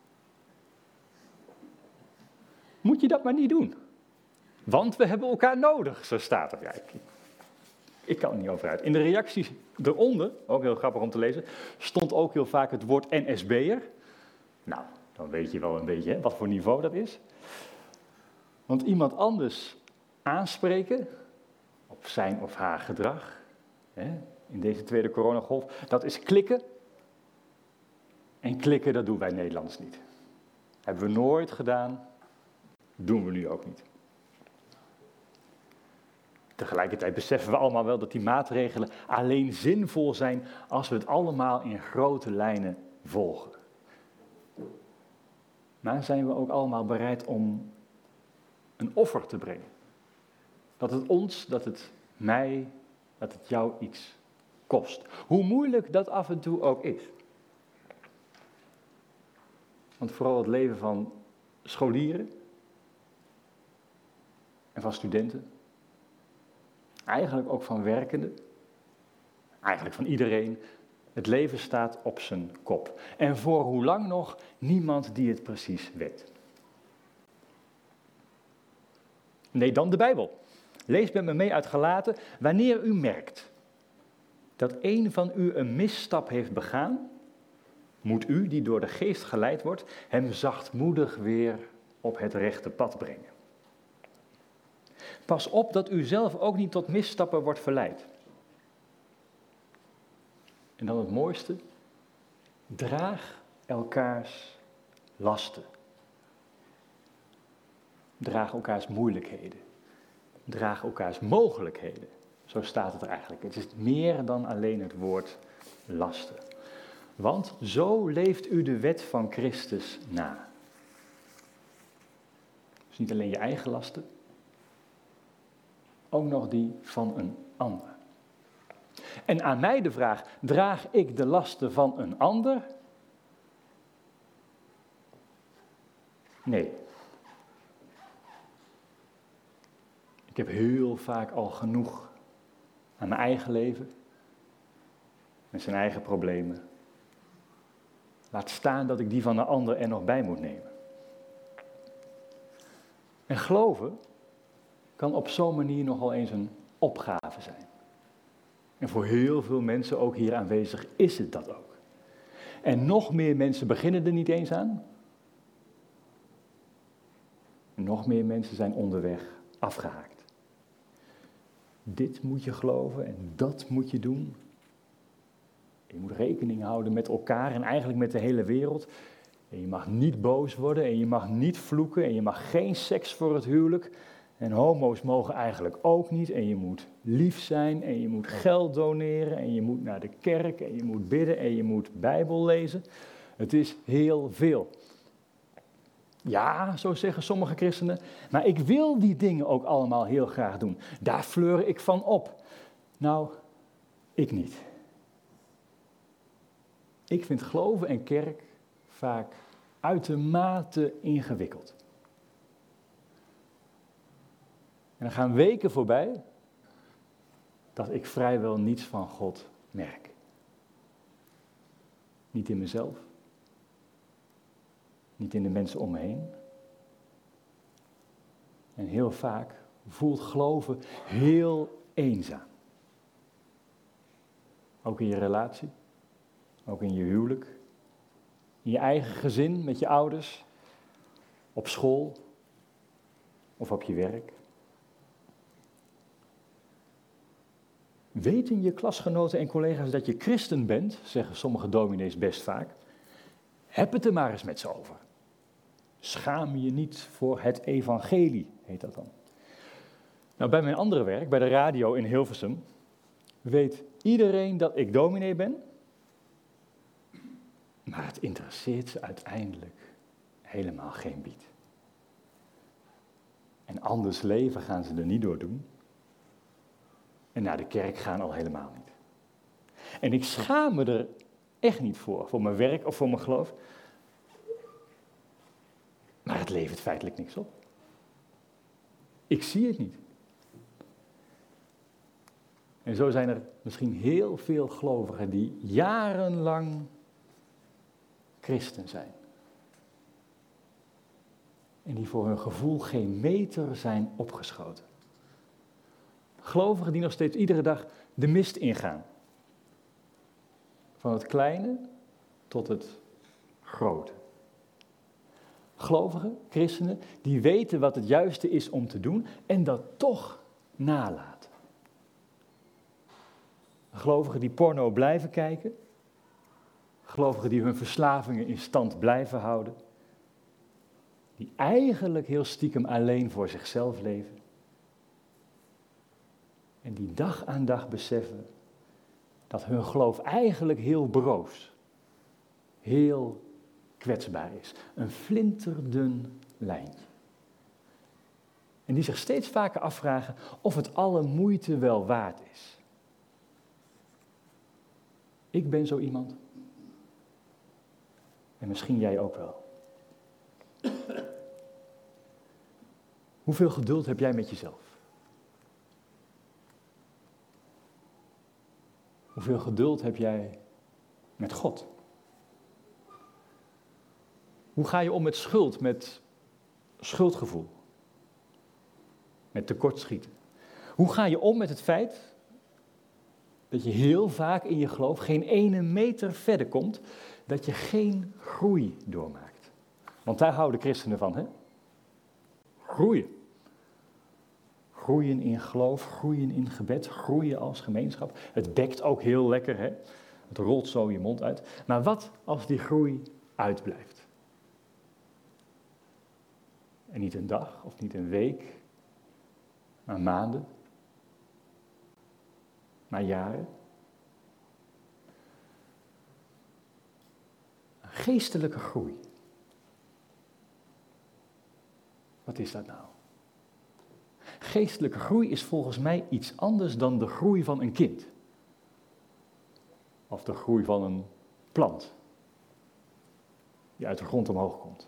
moet je dat maar niet doen. Want we hebben elkaar nodig, zo staat er. Ja, ik kan er niet over uit. In de reacties eronder, ook heel grappig om te lezen, stond ook heel vaak het woord NSB'er. Nou, dan weet je wel een beetje wat voor niveau dat is. Want iemand anders aanspreken op zijn of haar gedrag, in deze tweede coronagolf, dat is klikken. En klikken, dat doen wij Nederlanders niet. Hebben we nooit gedaan, doen we nu ook niet. Tegelijkertijd beseffen we allemaal wel dat die maatregelen alleen zinvol zijn als we het allemaal in grote lijnen volgen. Maar zijn we ook allemaal bereid om een offer te brengen? Dat het ons, dat het mij, dat het jou iets kost. Hoe moeilijk dat af en toe ook is. Want vooral het leven van scholieren en van studenten, eigenlijk ook van werkenden, eigenlijk van iedereen, het leven staat op zijn kop. En voor hoe lang nog, niemand die het precies weet. Nee, dan de Bijbel. Lees met me mee uit Galaten. Wanneer u merkt dat een van u een misstap heeft begaan, moet u, die door de geest geleid wordt, hem zachtmoedig weer op het rechte pad brengen. Pas op dat u zelf ook niet tot misstappen wordt verleid. En dan het mooiste, draag elkaars lasten. Draag elkaars moeilijkheden. Draag elkaars mogelijkheden. Zo staat het er eigenlijk. Het is meer dan alleen het woord lasten. Want zo leeft u de wet van Christus na. Dus niet alleen je eigen lasten, ook nog die van een ander. En aan mij de vraag, draag ik de lasten van een ander? Nee. Ik heb heel vaak al genoeg aan mijn eigen leven, met zijn eigen problemen. Laat staan dat ik die van een ander er nog bij moet nemen. En geloven kan op zo'n manier nogal eens een opgave zijn. En voor heel veel mensen, ook hier aanwezig, is het dat ook. En nog meer mensen beginnen er niet eens aan. En nog meer mensen zijn onderweg afgehaakt. Dit moet je geloven en dat moet je doen. Je moet rekening houden met elkaar en eigenlijk met de hele wereld. En je mag niet boos worden en je mag niet vloeken en je mag geen seks voor het huwelijk. En homo's mogen eigenlijk ook niet. En je moet lief zijn en je moet geld doneren en je moet naar de kerk en je moet bidden en je moet Bijbel lezen. Het is heel veel. Ja, zo zeggen sommige christenen, maar ik wil die dingen ook allemaal heel graag doen. Daar fleur ik van op. Nou, ik niet. Ik vind geloven en kerk vaak uitermate ingewikkeld. En er gaan weken voorbij dat ik vrijwel niets van God merk. Niet in mezelf. Niet in de mensen om me heen. En heel vaak voelt geloven heel eenzaam. Ook in je relatie. Ook in je huwelijk. In je eigen gezin, met je ouders. Op school. Of op je werk. Weten je klasgenoten en collega's dat je christen bent, zeggen sommige dominees best vaak. Heb het er maar eens met ze over. Schaam je niet voor het evangelie, heet dat dan. Nou, bij mijn andere werk, bij de radio in Hilversum, weet iedereen dat ik dominee ben. Maar het interesseert ze uiteindelijk helemaal geen biet. En anders leven gaan ze er niet door doen. En naar de kerk gaan al helemaal niet. En ik schaam me er echt niet voor mijn werk of voor mijn geloof. Maar het levert feitelijk niks op. Ik zie het niet. En zo zijn er misschien heel veel gelovigen die jarenlang christen zijn. En die voor hun gevoel geen meter zijn opgeschoten. Gelovigen die nog steeds iedere dag de mist ingaan. Van het kleine tot het grote. Gelovigen, christenen, die weten wat het juiste is om te doen en dat toch nalaten. Gelovigen die porno blijven kijken. Gelovigen die hun verslavingen in stand blijven houden. Die eigenlijk heel stiekem alleen voor zichzelf leven. En die dag aan dag beseffen dat hun geloof eigenlijk heel broos, heel kwetsbaar is. Een flinterdun lijntje. En die zich steeds vaker afvragen of het alle moeite wel waard is. Ik ben zo iemand. En misschien jij ook wel. Hoeveel geduld heb jij met jezelf? Hoeveel geduld heb jij met God? Hoe ga je om met schuld, met schuldgevoel? Met tekortschieten? Hoe ga je om met het feit dat je heel vaak in je geloof geen ene meter verder komt, dat je geen groei doormaakt? Want daar houden christenen van, hè? Groeien. Groeien in geloof, groeien in gebed, groeien als gemeenschap. Het bekt ook heel lekker, hè? Het rolt zo je mond uit. Maar wat als die groei uitblijft? En niet een dag of niet een week, maar maanden, maar jaren. Een geestelijke groei. Wat is dat nou? Geestelijke groei is volgens mij iets anders dan de groei van een kind. Of de groei van een plant die uit de grond omhoog komt.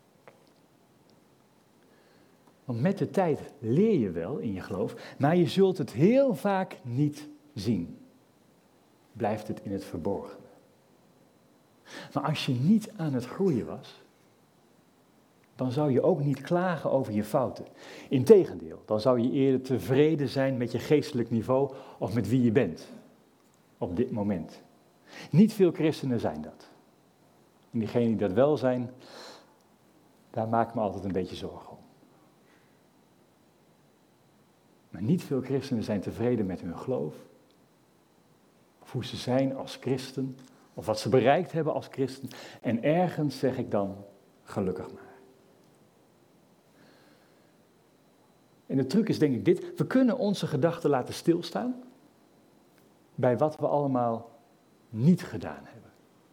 Want met de tijd leer je wel in je geloof, maar je zult het heel vaak niet zien. Blijft het in het verborgene. Maar als je niet aan het groeien was, dan zou je ook niet klagen over je fouten. Integendeel, dan zou je eerder tevreden zijn met je geestelijk niveau of met wie je bent op dit moment. Niet veel christenen zijn dat. En diegenen die dat wel zijn, daar maak ik me altijd een beetje zorgen om. Maar niet veel christenen zijn tevreden met hun geloof, of hoe ze zijn als christen, of wat ze bereikt hebben als christen. En ergens zeg ik dan, gelukkig maar. En de truc is denk ik dit, we kunnen onze gedachten laten stilstaan bij wat we allemaal niet gedaan hebben.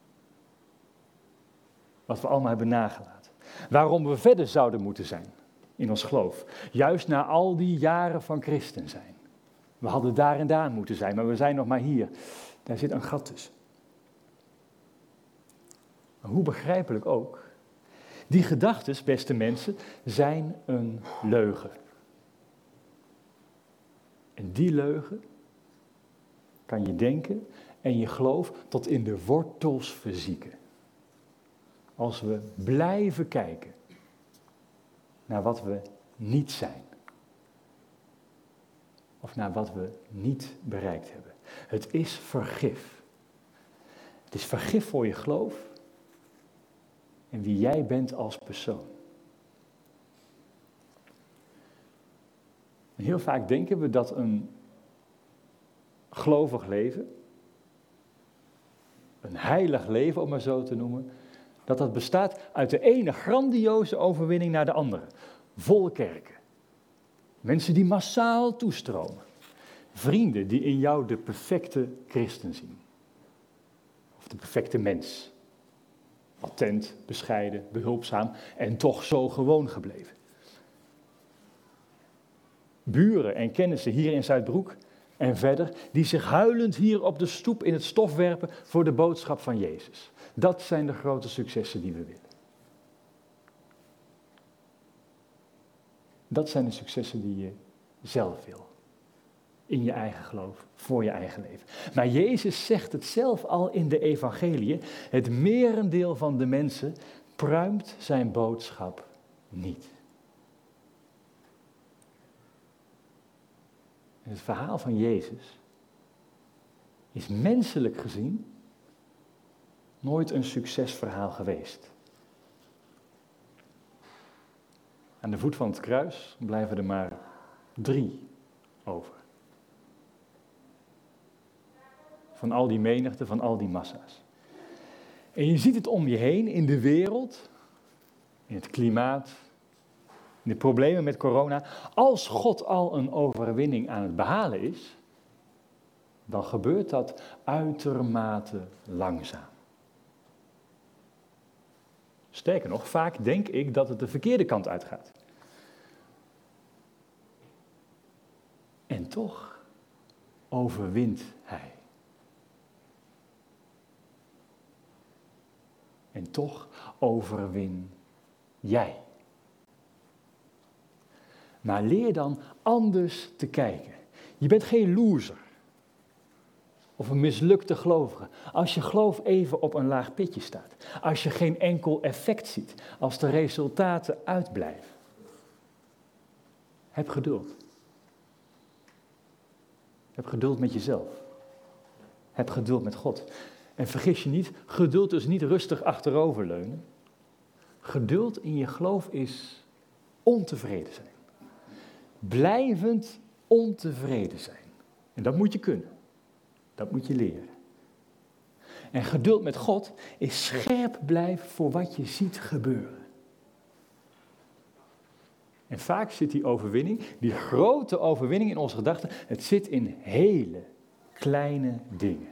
Wat we allemaal hebben nagelaten. Waarom we verder zouden moeten zijn in ons geloof. Juist na al die jaren van christen zijn. We hadden daar en daar moeten zijn, maar we zijn nog maar hier. Daar zit een gat tussen. Maar hoe begrijpelijk ook, Die gedachten, beste mensen, zijn een leugen. En die leugen kan je denken en je geloof tot in de wortels verzieken. Als we blijven kijken naar wat we niet zijn. Of naar wat we niet bereikt hebben. Het is vergif. Het is vergif voor je geloof en wie jij bent als persoon. En heel vaak denken we dat een gelovig leven, een heilig leven om maar zo te noemen, dat bestaat uit de ene grandioze overwinning naar de andere. Volle kerken. Mensen die massaal toestromen. Vrienden die in jou de perfecte christen zien. Of de perfecte mens. Attent, bescheiden, behulpzaam en toch zo gewoon gebleven. Buren en kennissen hier in Zuidbroek en verder, die zich huilend hier op de stoep in het stof werpen voor de boodschap van Jezus. Dat zijn de grote successen die we willen. Dat zijn de successen die je zelf wil. In je eigen geloof, voor je eigen leven. Maar Jezus zegt het zelf al in de evangeliën. Het merendeel van de mensen pruimt zijn boodschap niet. En het verhaal van Jezus is menselijk gezien nooit een succesverhaal geweest. Aan de voet van het kruis blijven er maar 3 over. Van al die menigte, van al die massa's. En je ziet het om je heen in de wereld, in het klimaat, in de problemen met corona. Als God al een overwinning aan het behalen is, dan gebeurt dat uitermate langzaam. Sterker nog, vaak denk ik dat het de verkeerde kant uitgaat. En toch overwint hij. En toch overwin jij. Maar leer dan anders te kijken. Je bent geen loser. Of een mislukte gelovige. Als je geloof even op een laag pitje staat. Als je geen enkel effect ziet. Als de resultaten uitblijven. Heb geduld. Heb geduld met jezelf. Heb geduld met God. En vergis je niet, geduld is niet rustig achteroverleunen. Geduld in je geloof is ontevreden zijn. Blijvend ontevreden zijn. En dat moet je kunnen. Dat moet je leren. En geduld met God is scherp blijven voor wat je ziet gebeuren. En vaak zit die overwinning, die grote overwinning in onze gedachten, het zit in hele kleine dingen.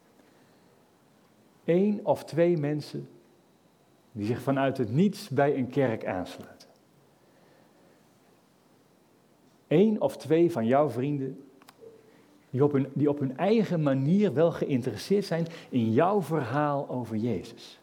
1 of 2 mensen die zich vanuit het niets bij een kerk aansluiten. 1 of 2 van jouw vrienden die op hun eigen manier wel geïnteresseerd zijn in jouw verhaal over Jezus.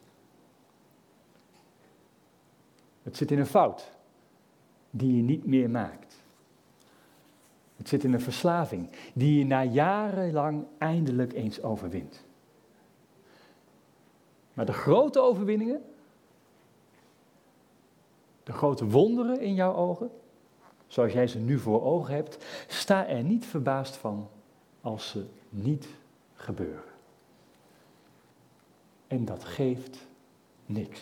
Het zit in een fout die je niet meer maakt. Het zit in een verslaving die je na jarenlang eindelijk eens overwint. Maar de grote overwinningen, de grote wonderen in jouw ogen, zoals jij ze nu voor ogen hebt, sta er niet verbaasd van als ze niet gebeuren. En dat geeft niks.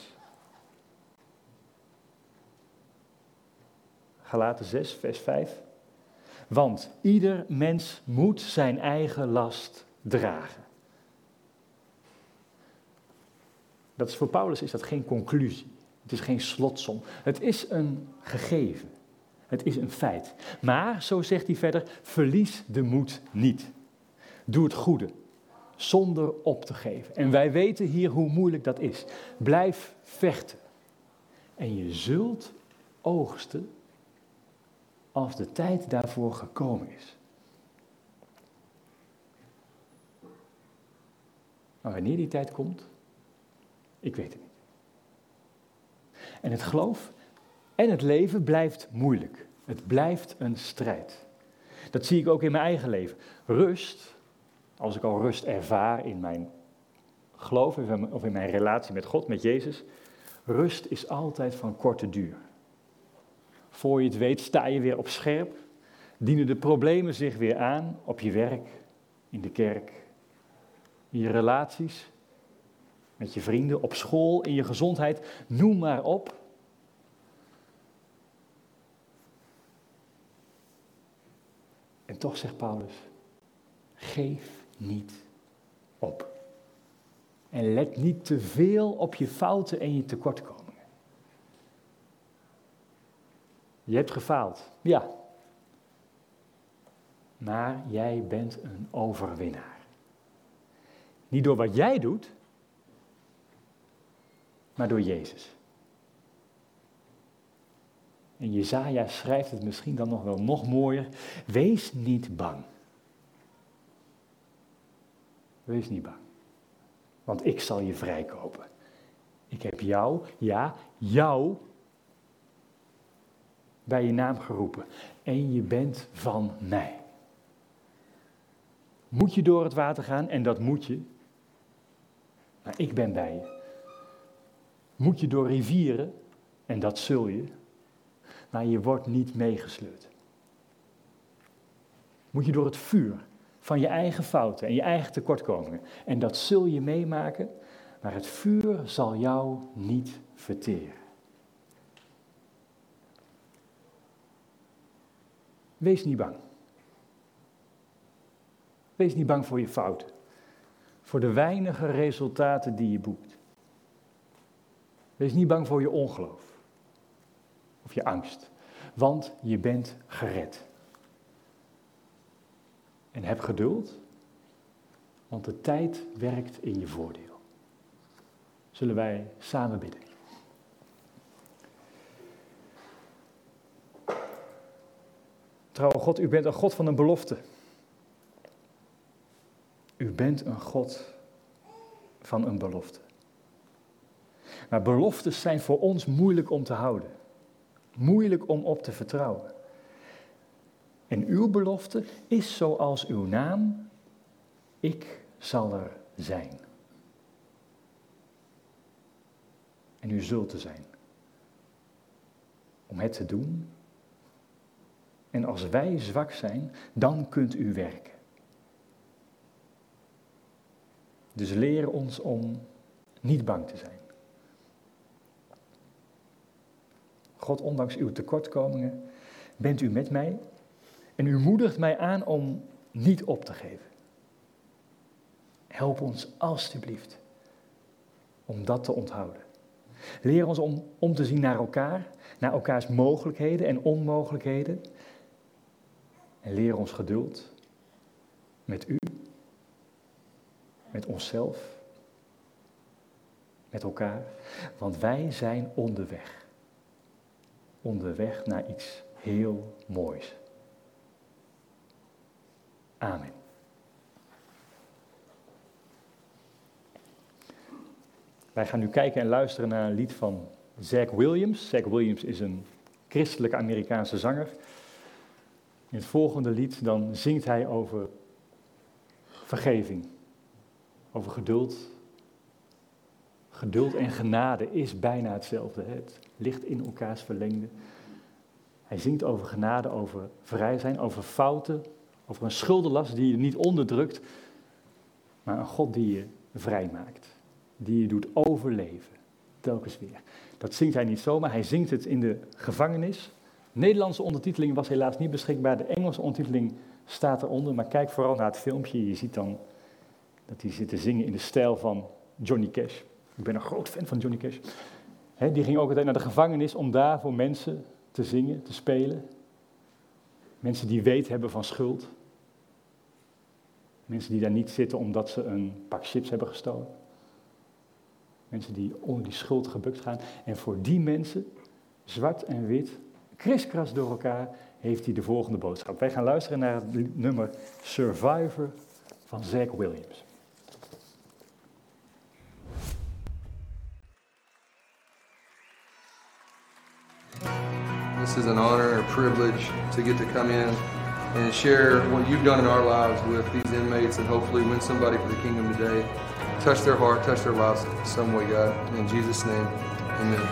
Galaten 6, vers 5. Want ieder mens moet zijn eigen last dragen. Dat is voor Paulus is dat geen conclusie. Het is geen slotsom. Het is een gegeven. Het is een feit. Maar, zo zegt hij verder, verlies de moed niet. Doe het goede, zonder op te geven. En wij weten hier hoe moeilijk dat is. Blijf vechten. En je zult oogsten als de tijd daarvoor gekomen is. Maar wanneer die tijd komt, ik weet het niet. En het geloof en het leven blijft moeilijk. Het blijft een strijd. Dat zie ik ook in mijn eigen leven. Rust, als ik al rust ervaar in mijn geloof of in mijn relatie met God, met Jezus. Rust is altijd van korte duur. Voor je het weet sta je weer op scherp. Dienen de problemen zich weer aan op je werk, in de kerk, in je relaties, met je vrienden, op school, in je gezondheid. Noem maar op. En toch zegt Paulus, geef niet op. En let niet te veel op je fouten en je tekortkomingen. Je hebt gefaald, ja. Maar jij bent een overwinnaar. Niet door wat jij doet, maar door Jezus. En Jesaja schrijft het misschien dan nog mooier. Wees niet bang. Wees niet bang. Want ik zal je vrijkopen. Ik heb jou, ja, jou, bij je naam geroepen. En je bent van mij. Moet je door het water gaan? En dat moet je. Maar ik ben bij je. Moet je door rivieren? En dat zul je. Maar je wordt niet meegesleurd. Moet je door het vuur van je eigen fouten en je eigen tekortkomingen. En dat zul je meemaken, maar het vuur zal jou niet verteren. Wees niet bang. Wees niet bang voor je fouten. Voor de weinige resultaten die je boekt. Wees niet bang voor je ongeloof. Of je angst. Want je bent gered. En heb geduld, want de tijd werkt in je voordeel. Zullen wij samen bidden. Trouwe God, u bent een God van een belofte. U bent een God van een belofte. Maar beloftes zijn voor ons moeilijk om te houden. Moeilijk om op te vertrouwen. En uw belofte is zoals uw naam, ik zal er zijn. En u zult er zijn. Om het te doen. En als wij zwak zijn, dan kunt u werken. Dus leer ons om niet bang te zijn. God, ondanks uw tekortkomingen, bent u met mij en u moedigt mij aan om niet op te geven. Help ons alstublieft om dat te onthouden. Leer ons om te zien naar elkaar, naar elkaars mogelijkheden en onmogelijkheden. En leer ons geduld met u, met onszelf, met elkaar. Want wij zijn onderweg. Onderweg naar iets heel moois. Amen. Wij gaan nu kijken en luisteren naar een lied van Zach Williams. Zach Williams is een christelijke Amerikaanse zanger. In het volgende lied dan zingt hij over vergeving, over geduld. Geduld en genade is bijna hetzelfde. Het ligt in elkaars verlengde. Hij zingt over genade, over vrij zijn, over fouten, over een schuldenlast die je niet onderdrukt, maar een God die je vrij maakt, die je doet overleven, telkens weer. Dat zingt hij niet zomaar, hij zingt het in de gevangenis. De Nederlandse ondertiteling was helaas niet beschikbaar, de Engelse ondertiteling staat eronder, maar kijk vooral naar het filmpje, je ziet dan dat hij zit te zingen in de stijl van Johnny Cash. Ik ben een groot fan van Johnny Cash. Die ging ook altijd naar de gevangenis om daar voor mensen te zingen, te spelen. Mensen die weet hebben van schuld. Mensen die daar niet zitten omdat ze een pak chips hebben gestolen. Mensen die onder die schuld gebukt gaan. En voor die mensen, zwart en wit, kriskras door elkaar, heeft hij de volgende boodschap. Wij gaan luisteren naar het nummer Survivor van Zach Williams. This is an honor and a privilege to get to come in and share what you've done in our lives with these inmates and hopefully win somebody for the kingdom today. Touch their heart, touch their lives some way, God. In Jesus' name, amen.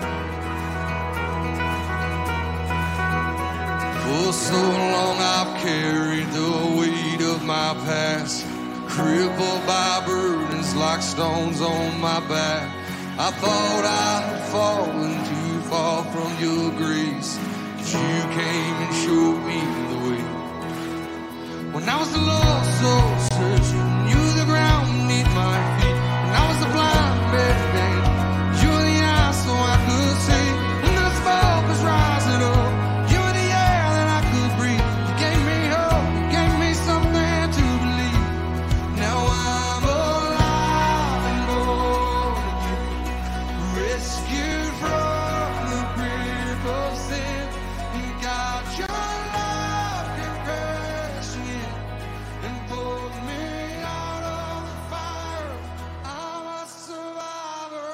For so long I've carried the weight of my past, crippled by burdens like stones on my back. I thought I had fallen too far from your grace, but you came and showed me the way. When I was the lost soul searching, you were the ground beneath my feet. When I was the blind man, you were the eyes so I could see. When the smoke was rising up, you were the air that I could breathe. You gave me hope, you gave me something to believe. Now I'm alive and born again, rescued from the grip of sin. And God, your love can crush me and pull me out of the fire. I'm a survivor.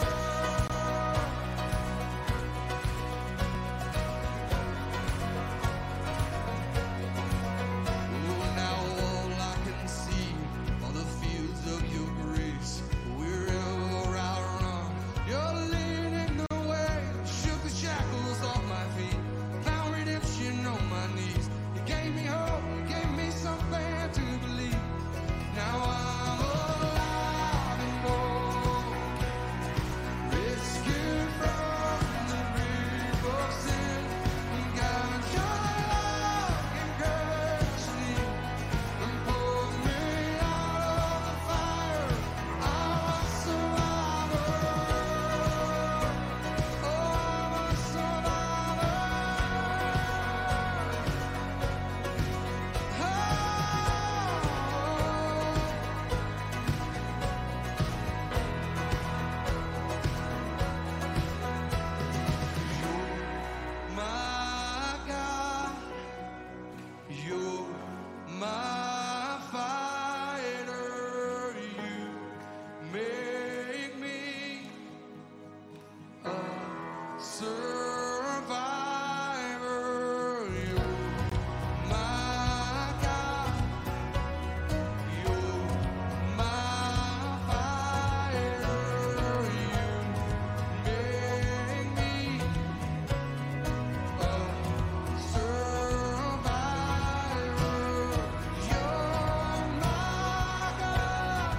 Oh, now all I can see are the fields of your grace. Wherever I run, you're leading the way. Shook the shackles off my feet, found redemption on my knees. You gave me hope, you gave me something to believe. Now I'm alive and born, rescued from the grip of sin. God, your love can crush me and pull me out of the fire. I'm a survivor. Oh, I'm a survivor. My God, you're my fighter. You make me a survivor. You're my God, you're my fighter. You make me a survivor. You're my God,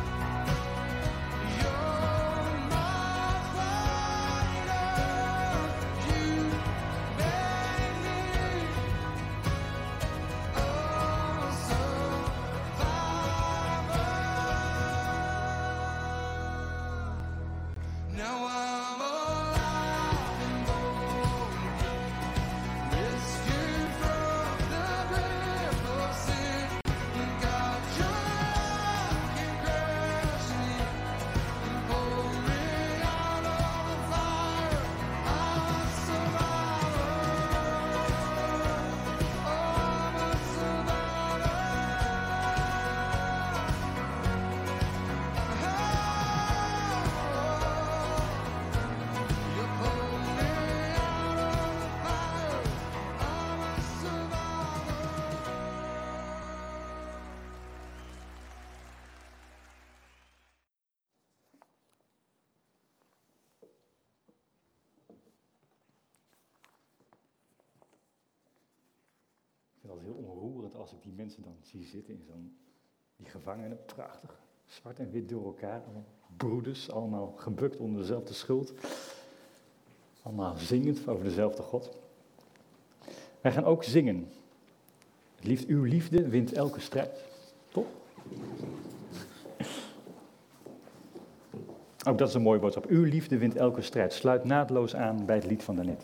you're my fighter. You make me a survivor. Now I'm alive and born again, rescued from the grip of sin. God, your love can crush me and pull me out of the fire. I'm a survivor. Oh, I'm a survivor. You pull me out of the fire. I'm a survivor. Ik vind het heel onroerend als ik die mensen dan zie zitten in die gevangenen. Prachtig, zwart en wit door elkaar. Allemaal broeders, allemaal gebukt onder dezelfde schuld. Allemaal zingend over dezelfde God. Wij gaan ook zingen. Uw liefde wint elke strijd. Toch? Ook dat is een mooie boodschap. Uw liefde wint elke strijd. Sluit naadloos aan bij het lied van daarnet.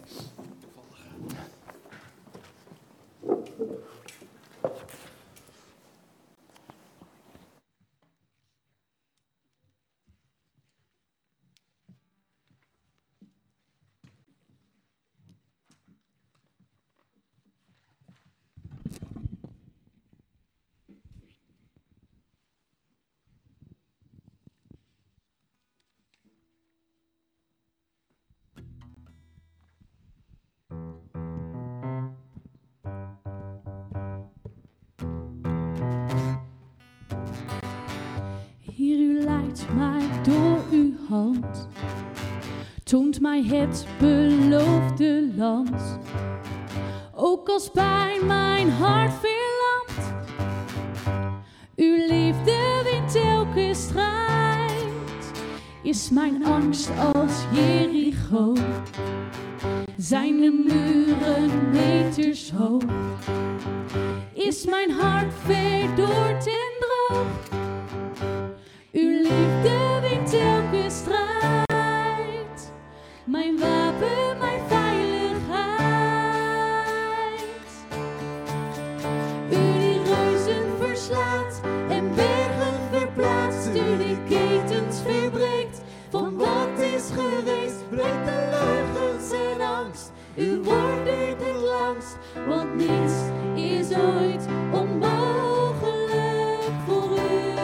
Heer, u leidt mij door uw hand, toont mij het beloofde land. Ook als pijn mijn hart verlamt, uw liefde wint elke strijd. Is mijn angst als Jericho, zijn de muren meters hoog. Is mijn hart verdord en droog, uw liefde wint elke strijd. Mijn wapen, mijn veiligheid. U die reuzen verslaat en bergen verplaatst. U die ketens verbreekt van wat is geweest. Breekt de leugens en angst. Uw woord duurt het langst, want niets is ooit onmogelijk voor u.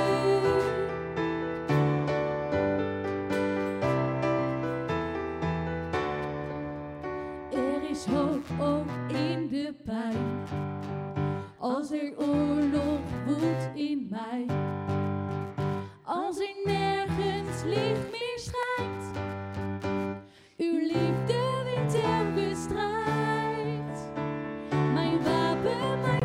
Er is hoop ook in de pijn, als er oorlog woedt in mij. Als er nergens licht meer schijnt, uw liefde wint elke strijd. Mijn wapen, mijn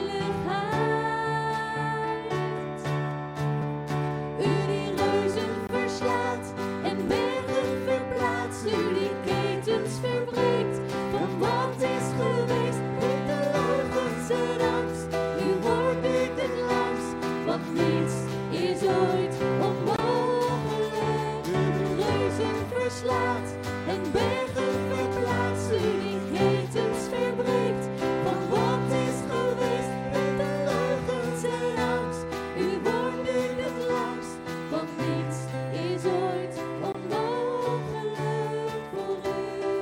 veiligheid. U die reuzen verslaat en bergen verplaatst. U die ketens verbreekt van wat is geweest. Breekt de leugens en angst. Uw woord duurt het langst, want niets is ooit onmogelijk. U die reuzen verslaat en bergen verplaatst. U die ketens verbreekt van wat is geweest. Breekt de leugens en angst. Uw woord duurt het langst, want niets is ooit onmogelijk voor u.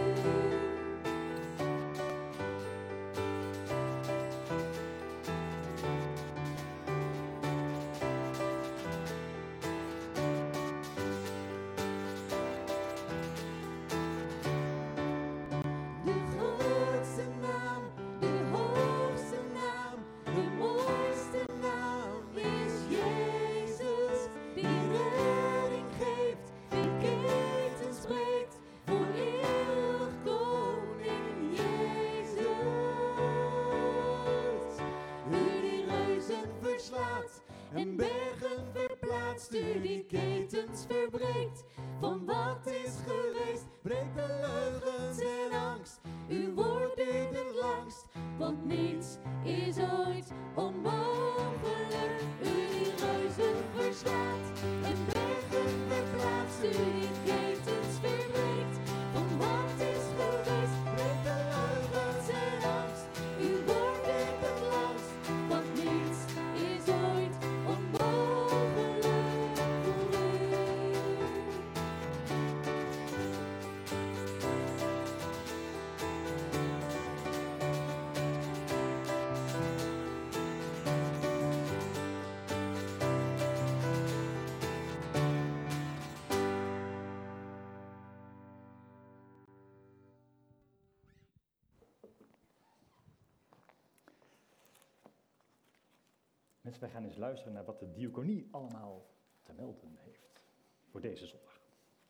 De grootste naam, de hoogste naam, de mooiste naam is Jezus. Die redding geeft, die ketens breekt, voor eeuwig koning Jezus. U die reuzen verslaat en bergen verplaatst, u die ketens verbreekt van wat is geweest. Breekt de leugens en angst, uw woord duurt het langst, want niets is ooit onmogelijk. U die reuzen verslaat en bergen verplaatst, u die ketens verbreekt van wat is geweest. Breekt de leugens en angst, uw woord duurt het langst, want niets is ooit onmogelijk voor u. Mensen, wij gaan eens luisteren naar wat de diaconie allemaal te melden heeft voor deze zondag.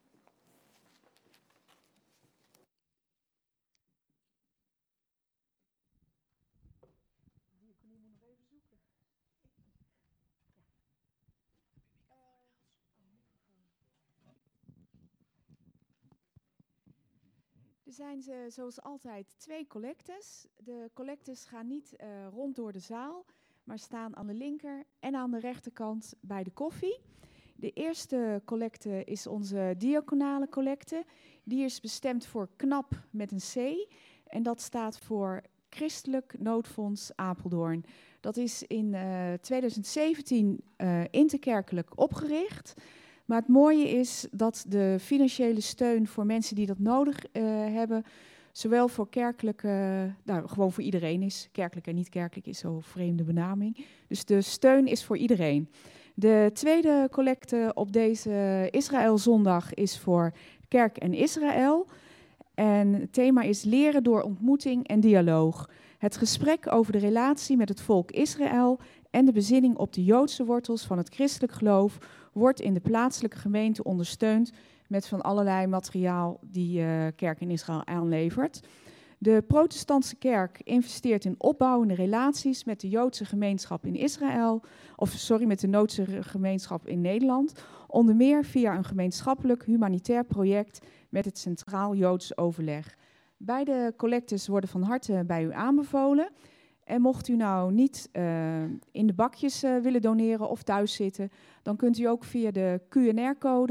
Er zijn zoals altijd 2 collectes. De collectes gaan niet rond door de zaal, maar staan aan de linker en aan de rechterkant bij de koffie. De eerste collecte is onze diaconale collecte. Die is bestemd voor KNAP met een C. En dat staat voor Christelijk Noodfonds Apeldoorn. Dat is in 2017 interkerkelijk opgericht. Maar het mooie is dat de financiële steun voor mensen die dat nodig hebben, zowel voor kerkelijke, gewoon voor iedereen is. Kerkelijk en niet kerkelijk is zo'n vreemde benaming. Dus de steun is voor iedereen. De tweede collecte op deze Israëlzondag is voor Kerk en Israël. En het thema is leren door ontmoeting en dialoog. Het gesprek over de relatie met het volk Israël en de bezinning op de Joodse wortels van het christelijk geloof wordt in de plaatselijke gemeente ondersteund met van allerlei materiaal die kerk in Israël aanlevert. De protestantse kerk investeert in opbouwende relaties met de Joodse gemeenschap in Israël, met de Joodse gemeenschap in Nederland, onder meer via een gemeenschappelijk humanitair project met het Centraal Joods Overleg. Beide collectes worden van harte bij u aanbevolen. En mocht u nou niet in de bakjes willen doneren of thuis zitten, dan kunt u ook via de QNR-code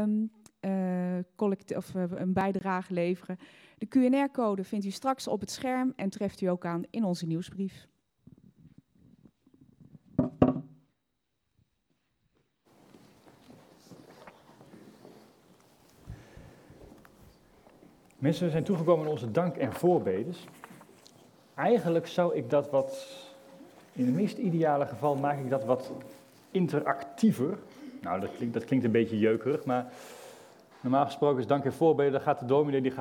een bijdrage leveren. De QNR-code vindt u straks op het scherm en treft u ook aan in onze nieuwsbrief. Mensen, we zijn toegekomen aan onze dank- en voorbedes. Eigenlijk zou ik dat in het meest ideale geval maak ik dat wat interactiever. Nou, dat klinkt een beetje jeukerig, maar normaal gesproken is dank en voorbeden, dan gaat de dominee, die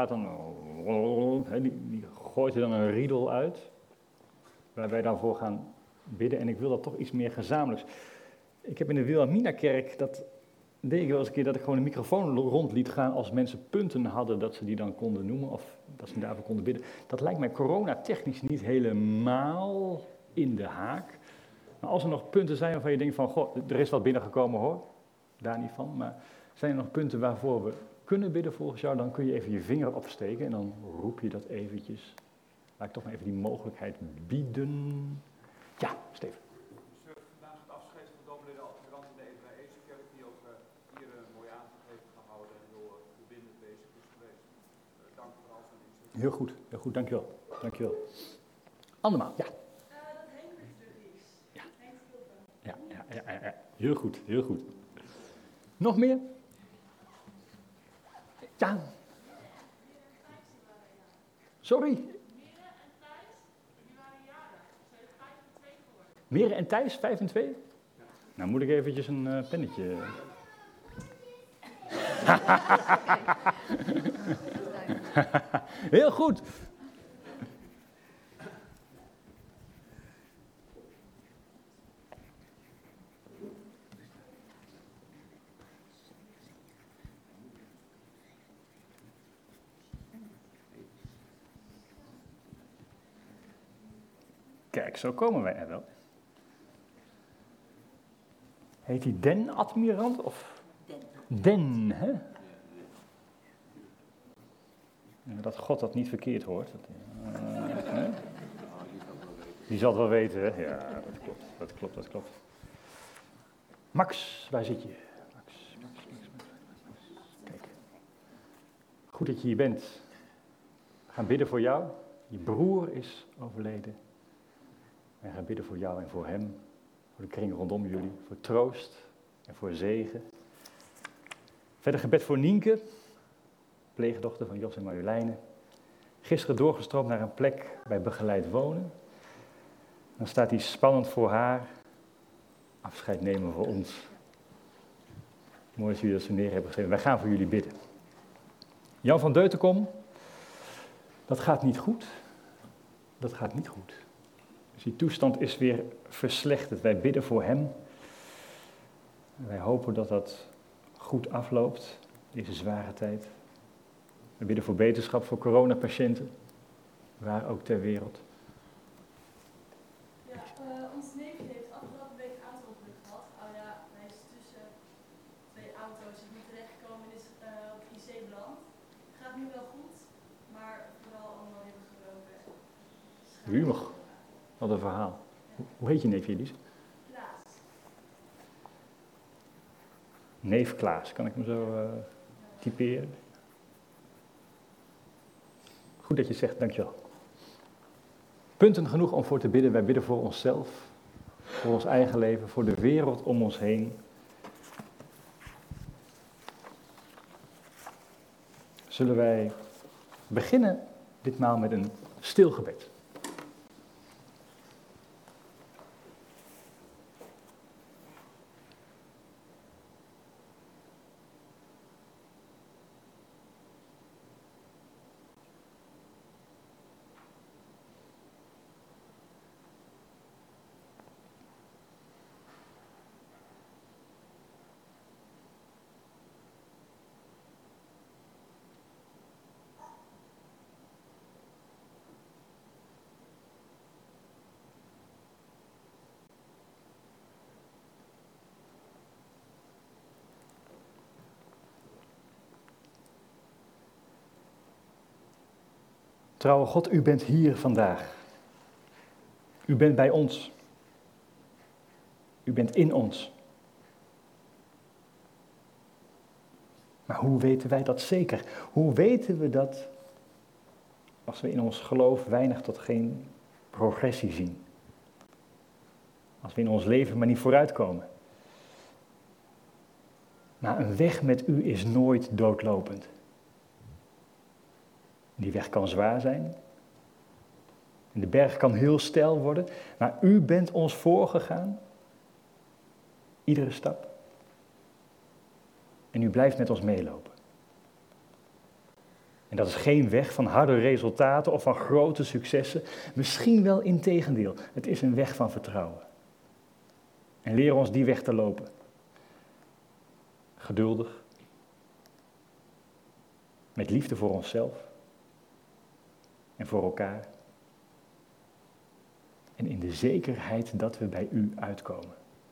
gooit er dan een riedel uit, waar wij dan voor gaan bidden. En ik wil dat toch iets meer gezamenlijks. Ik heb in de Wilhelmina-kerk, dat deed ik wel eens een keer, dat ik gewoon een microfoon rond liet gaan als mensen punten hadden, dat ze die dan konden noemen of dat ze daarvoor konden bidden. Dat lijkt mij coronatechnisch niet helemaal in de haak. Maar als er nog punten zijn waarvan je denkt van, goh, er is wat binnengekomen hoor, daar niet van, maar zijn er nog punten waarvoor we kunnen bidden volgens jou, dan kun je even je vinger opsteken en dan roep je dat eventjes. Laat ik toch maar even die mogelijkheid bieden. Ja, Steven. Vandaag het afscheid van dominee de adjudant in de Ebraïsche kerk, die ook hier een mooie avond heeft gehouden en heel verbindend bezig is geweest. Dank voor al zijn inzet. Heel goed, dankjewel. Dankjewel. Andermaal, ja. Dat Heinrich is. Ja. Ja. Heel goed. Nog meer? Ja. Sorry. Mere en Thijs, 5 en 2? Nou moet ik eventjes een pennetje. Heel goed. Kijk, zo komen wij er wel. Heet hij Den Admirant of? Den, hè? Ja, dat God dat niet verkeerd hoort. Die zal het wel weten, hè? Ja, dat klopt. Max, waar zit je? Max. Kijk. Goed dat je hier bent. We gaan bidden voor jou. Je broer is overleden. Wij gaan bidden voor jou en voor hem. Voor de kring rondom jullie. Voor troost en voor zegen. Verder gebed voor Nienke. Pleegdochter van Jos en Marjoleine. Gisteren doorgestroomd naar een plek bij begeleid wonen. Dan staat hij spannend voor haar. Afscheid nemen voor ons. Mooi dat jullie dat zo neer hebben geschreven. Wij gaan voor jullie bidden. Jan van Deutenkom. Dat gaat niet goed. Dus die toestand is weer verslechterd. Wij bidden voor hem. Wij hopen dat dat goed afloopt, deze zware tijd. We bidden voor beterschap voor coronapatiënten, waar ook ter wereld. Ja, ons neefje heeft afgelopen week een auto-ongeluk gehad. Hij is tussen twee auto's terechtgekomen en is op de IC beland. Gaat nu wel goed, maar vooral allemaal heel gebroken. Ruwig. Wat een verhaal. Hoe heet je neefje, Elise? Klaas. Neef Klaas, kan ik hem zo typeren? Goed dat je het zegt, dankjewel. Punten genoeg om voor te bidden. Wij bidden voor onszelf, voor ons eigen leven, voor de wereld om ons heen. Zullen wij beginnen ditmaal met een stil gebed. Trouwe God, u bent hier vandaag. U bent bij ons. U bent in ons. Maar hoe weten wij dat zeker? Hoe weten we dat als we in ons geloof weinig tot geen progressie zien? Als we in ons leven maar niet vooruitkomen? Maar een weg met u is nooit doodlopend. Die weg kan zwaar zijn. En de berg kan heel steil worden. Maar u bent ons voorgegaan. Iedere stap. En u blijft met ons meelopen. En dat is geen weg van harde resultaten of van grote successen. Misschien wel integendeel. Het is een weg van vertrouwen. En leer ons die weg te lopen. Geduldig. Met liefde voor onszelf. En voor elkaar. En in de zekerheid dat we bij u uitkomen.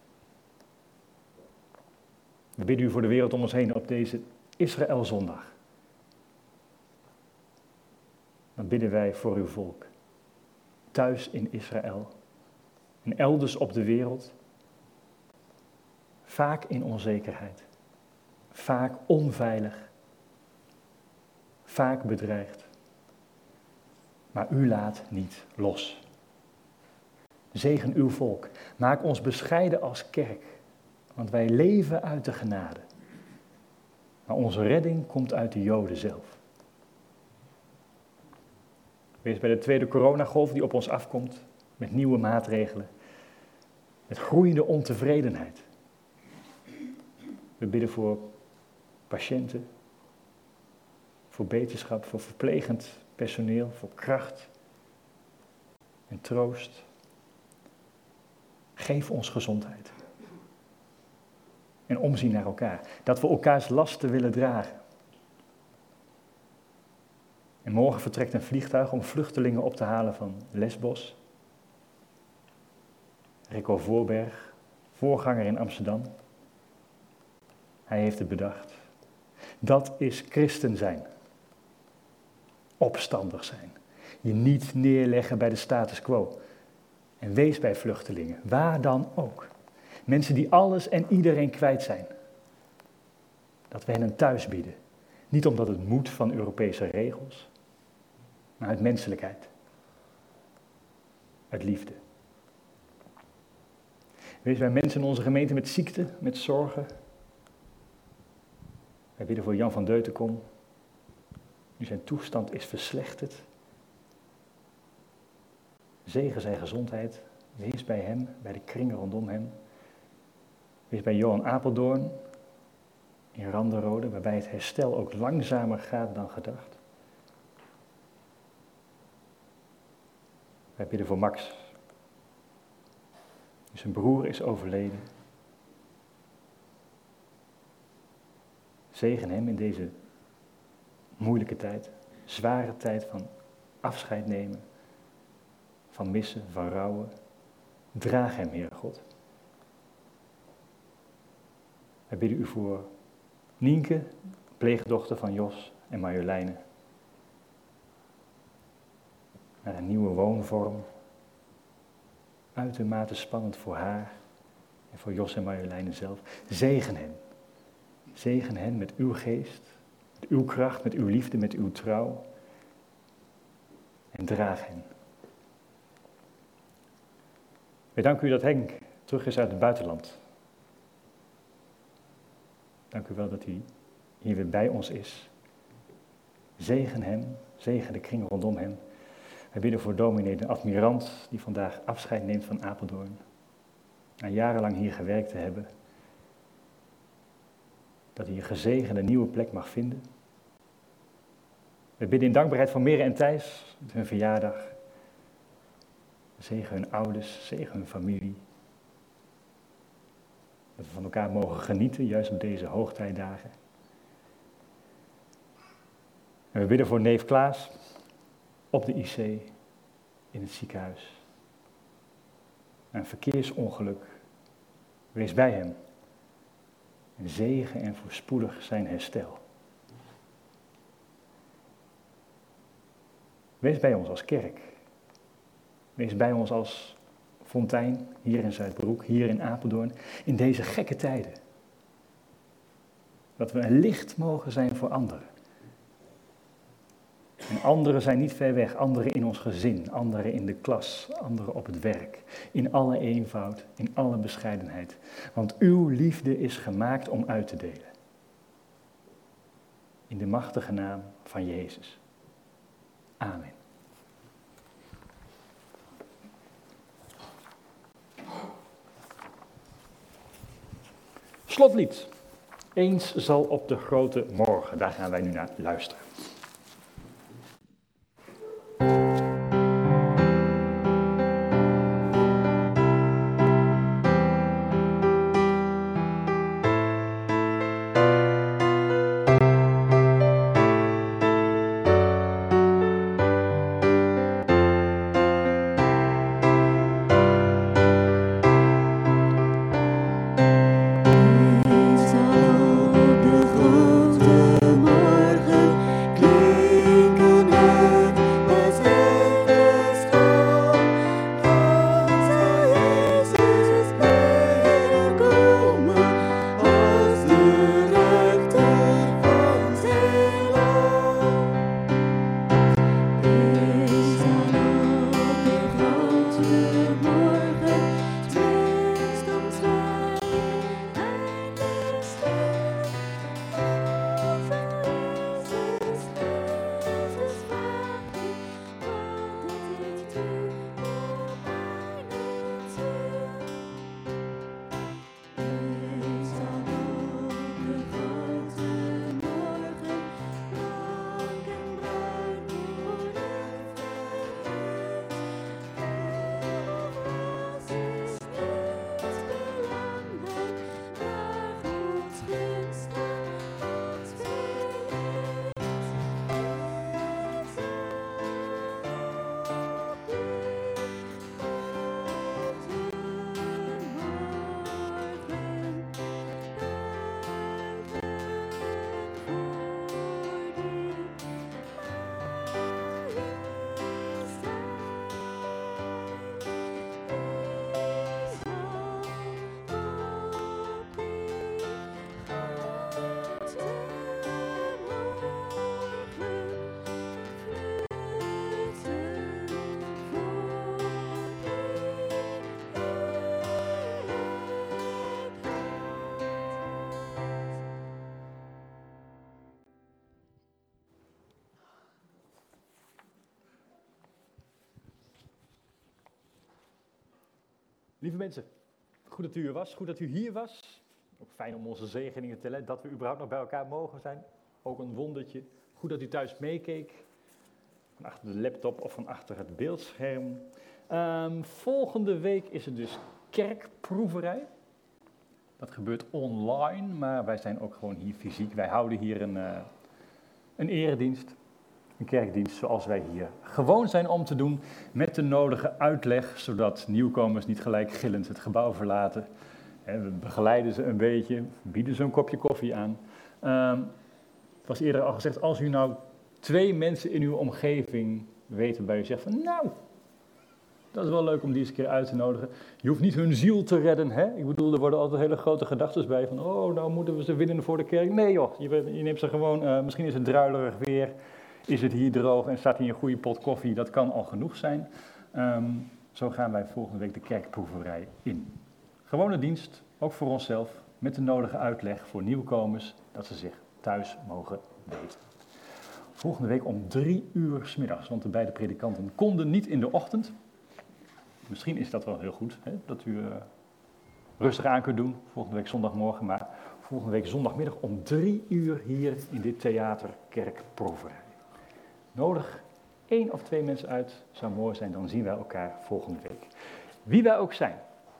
We bidden u voor de wereld om ons heen op deze Israëlzondag. Dan bidden wij voor uw volk. Thuis in Israël. En elders op de wereld. Vaak in onzekerheid. Vaak onveilig. Vaak bedreigd. Maar u laat niet los. Zegen uw volk. Maak ons bescheiden als kerk. Want wij leven uit de genade. Maar onze redding komt uit de Joden zelf. Wees bij de tweede coronagolf die op ons afkomt. Met nieuwe maatregelen. Met groeiende ontevredenheid. We bidden voor patiënten. Voor beterschap. Voor verplegend personeel. Voor kracht. En troost. Geef ons gezondheid. En omzien naar elkaar. Dat we elkaars lasten willen dragen. En morgen vertrekt een vliegtuig om vluchtelingen op te halen van Lesbos. Rico Voorberg, voorganger in Amsterdam. Hij heeft het bedacht. Dat is christen zijn. Opstandig zijn. Je niet neerleggen bij de status quo. En wees bij vluchtelingen, waar dan ook. Mensen die alles en iedereen kwijt zijn. Dat we hen een thuis bieden. Niet omdat het moet van Europese regels, maar uit menselijkheid. Uit liefde. Wees bij mensen in onze gemeente met ziekte, met zorgen. Wij bidden voor Jan van Deutenkom. Nu zijn toestand is verslechterd. Zegen zijn gezondheid. Wees bij hem, bij de kringen rondom hem. Wees bij Johan Apeldoorn in Randerode, waarbij het herstel ook langzamer gaat dan gedacht. Wij bidden voor Max. Zijn broer is overleden. Zegen hem in deze moeilijke tijd, zware tijd van afscheid nemen, van missen, van rouwen. Draag hem, Heere God. Wij bidden u voor Nienke, pleegdochter van Jos en Marjoleine. Naar een nieuwe woonvorm. Uitermate spannend voor haar en voor Jos en Marjoleine zelf. Zegen hen. Zegen hen met uw geest, met uw kracht, met uw liefde, met uw trouw. En draag hen. Wij danken u dat Henk terug is uit het buitenland. Dank u wel dat hij hier weer bij ons is. Zegen hem, zegen de kring rondom hem. Wij bidden voor dominee de admirant die vandaag afscheid neemt van Apeldoorn. Na jarenlang hier gewerkt te hebben. Dat hij een gezegende nieuwe plek mag vinden. We bidden in dankbaarheid voor Mere en Thijs, met hun verjaardag. Zegen hun ouders, zegen hun familie. Dat we van elkaar mogen genieten, juist op deze hoogtijdagen. En we bidden voor neef Klaas, op de IC, in het ziekenhuis. Een verkeersongeluk, wees bij hem. En zegen en voorspoedig zijn herstel. Wees bij ons als kerk. Wees bij ons als Fontein, hier in Zuidbroek, hier in Apeldoorn, in deze gekke tijden. Dat we een licht mogen zijn voor anderen. En anderen zijn niet ver weg, anderen in ons gezin, anderen in de klas, anderen op het werk. In alle eenvoud, in alle bescheidenheid. Want uw liefde is gemaakt om uit te delen. In de machtige naam van Jezus. Amen. Slotlied. Eens zal op de grote morgen. Daar gaan wij nu naar luisteren. Lieve mensen, goed dat u er was, goed dat u hier was. Ook fijn om onze zegeningen te tellen, dat we überhaupt nog bij elkaar mogen zijn. Ook een wondertje. Goed dat u thuis meekeek, van achter de laptop of van achter het beeldscherm. Volgende week is er dus kerkproeverij. Dat gebeurt online, maar wij zijn ook gewoon hier fysiek. Wij houden hier een eredienst. Een kerkdienst zoals wij hier gewoon zijn om te doen, met de nodige uitleg, zodat nieuwkomers niet gelijk gillend het gebouw verlaten. We begeleiden ze een beetje, bieden ze een kopje koffie aan. Het was eerder al gezegd, als u nou 2 mensen in uw omgeving weet waarbij u zegt van nou, dat is wel leuk om die eens een keer uit te nodigen. Je hoeft niet hun ziel te redden, hè? Ik bedoel, er worden altijd hele grote gedachten bij van oh, nou moeten we ze winnen voor de kerk. Nee joh, je neemt ze gewoon, misschien is het druilerig weer. Is het hier droog en staat hier een goede pot koffie, dat kan al genoeg zijn. Zo gaan wij volgende week de kerkproeverij in. Gewone dienst, ook voor onszelf, met de nodige uitleg voor nieuwkomers, dat ze zich thuis mogen weten. Volgende week om 3 uur 's middags, want de beide predikanten konden niet in de ochtend. Misschien is dat wel heel goed, hè, dat u rustig aan kunt doen, volgende week zondagmorgen, maar volgende week zondagmiddag om 3 uur hier in dit theater kerkproeverij. Nodig 1 of 2 mensen uit, zou mooi zijn, dan zien wij elkaar volgende week. Wie wij ook zijn,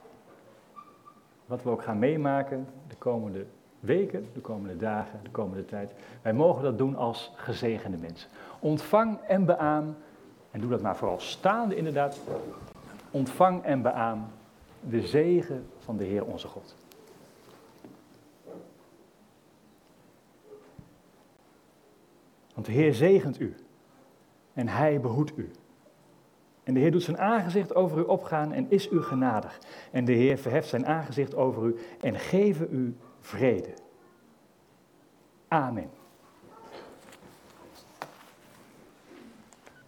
wat we ook gaan meemaken de komende weken, de komende dagen, de komende tijd. Wij mogen dat doen als gezegende mensen. Ontvang en beaam, en doe dat maar vooral staande inderdaad, ontvang en beaam de zegen van de Heer onze God. Want de Heer zegent u en hij behoedt u. En de Heer doet zijn aangezicht over u opgaan en is u genadig. En de Heer verheft zijn aangezicht over u en geven u vrede. Amen.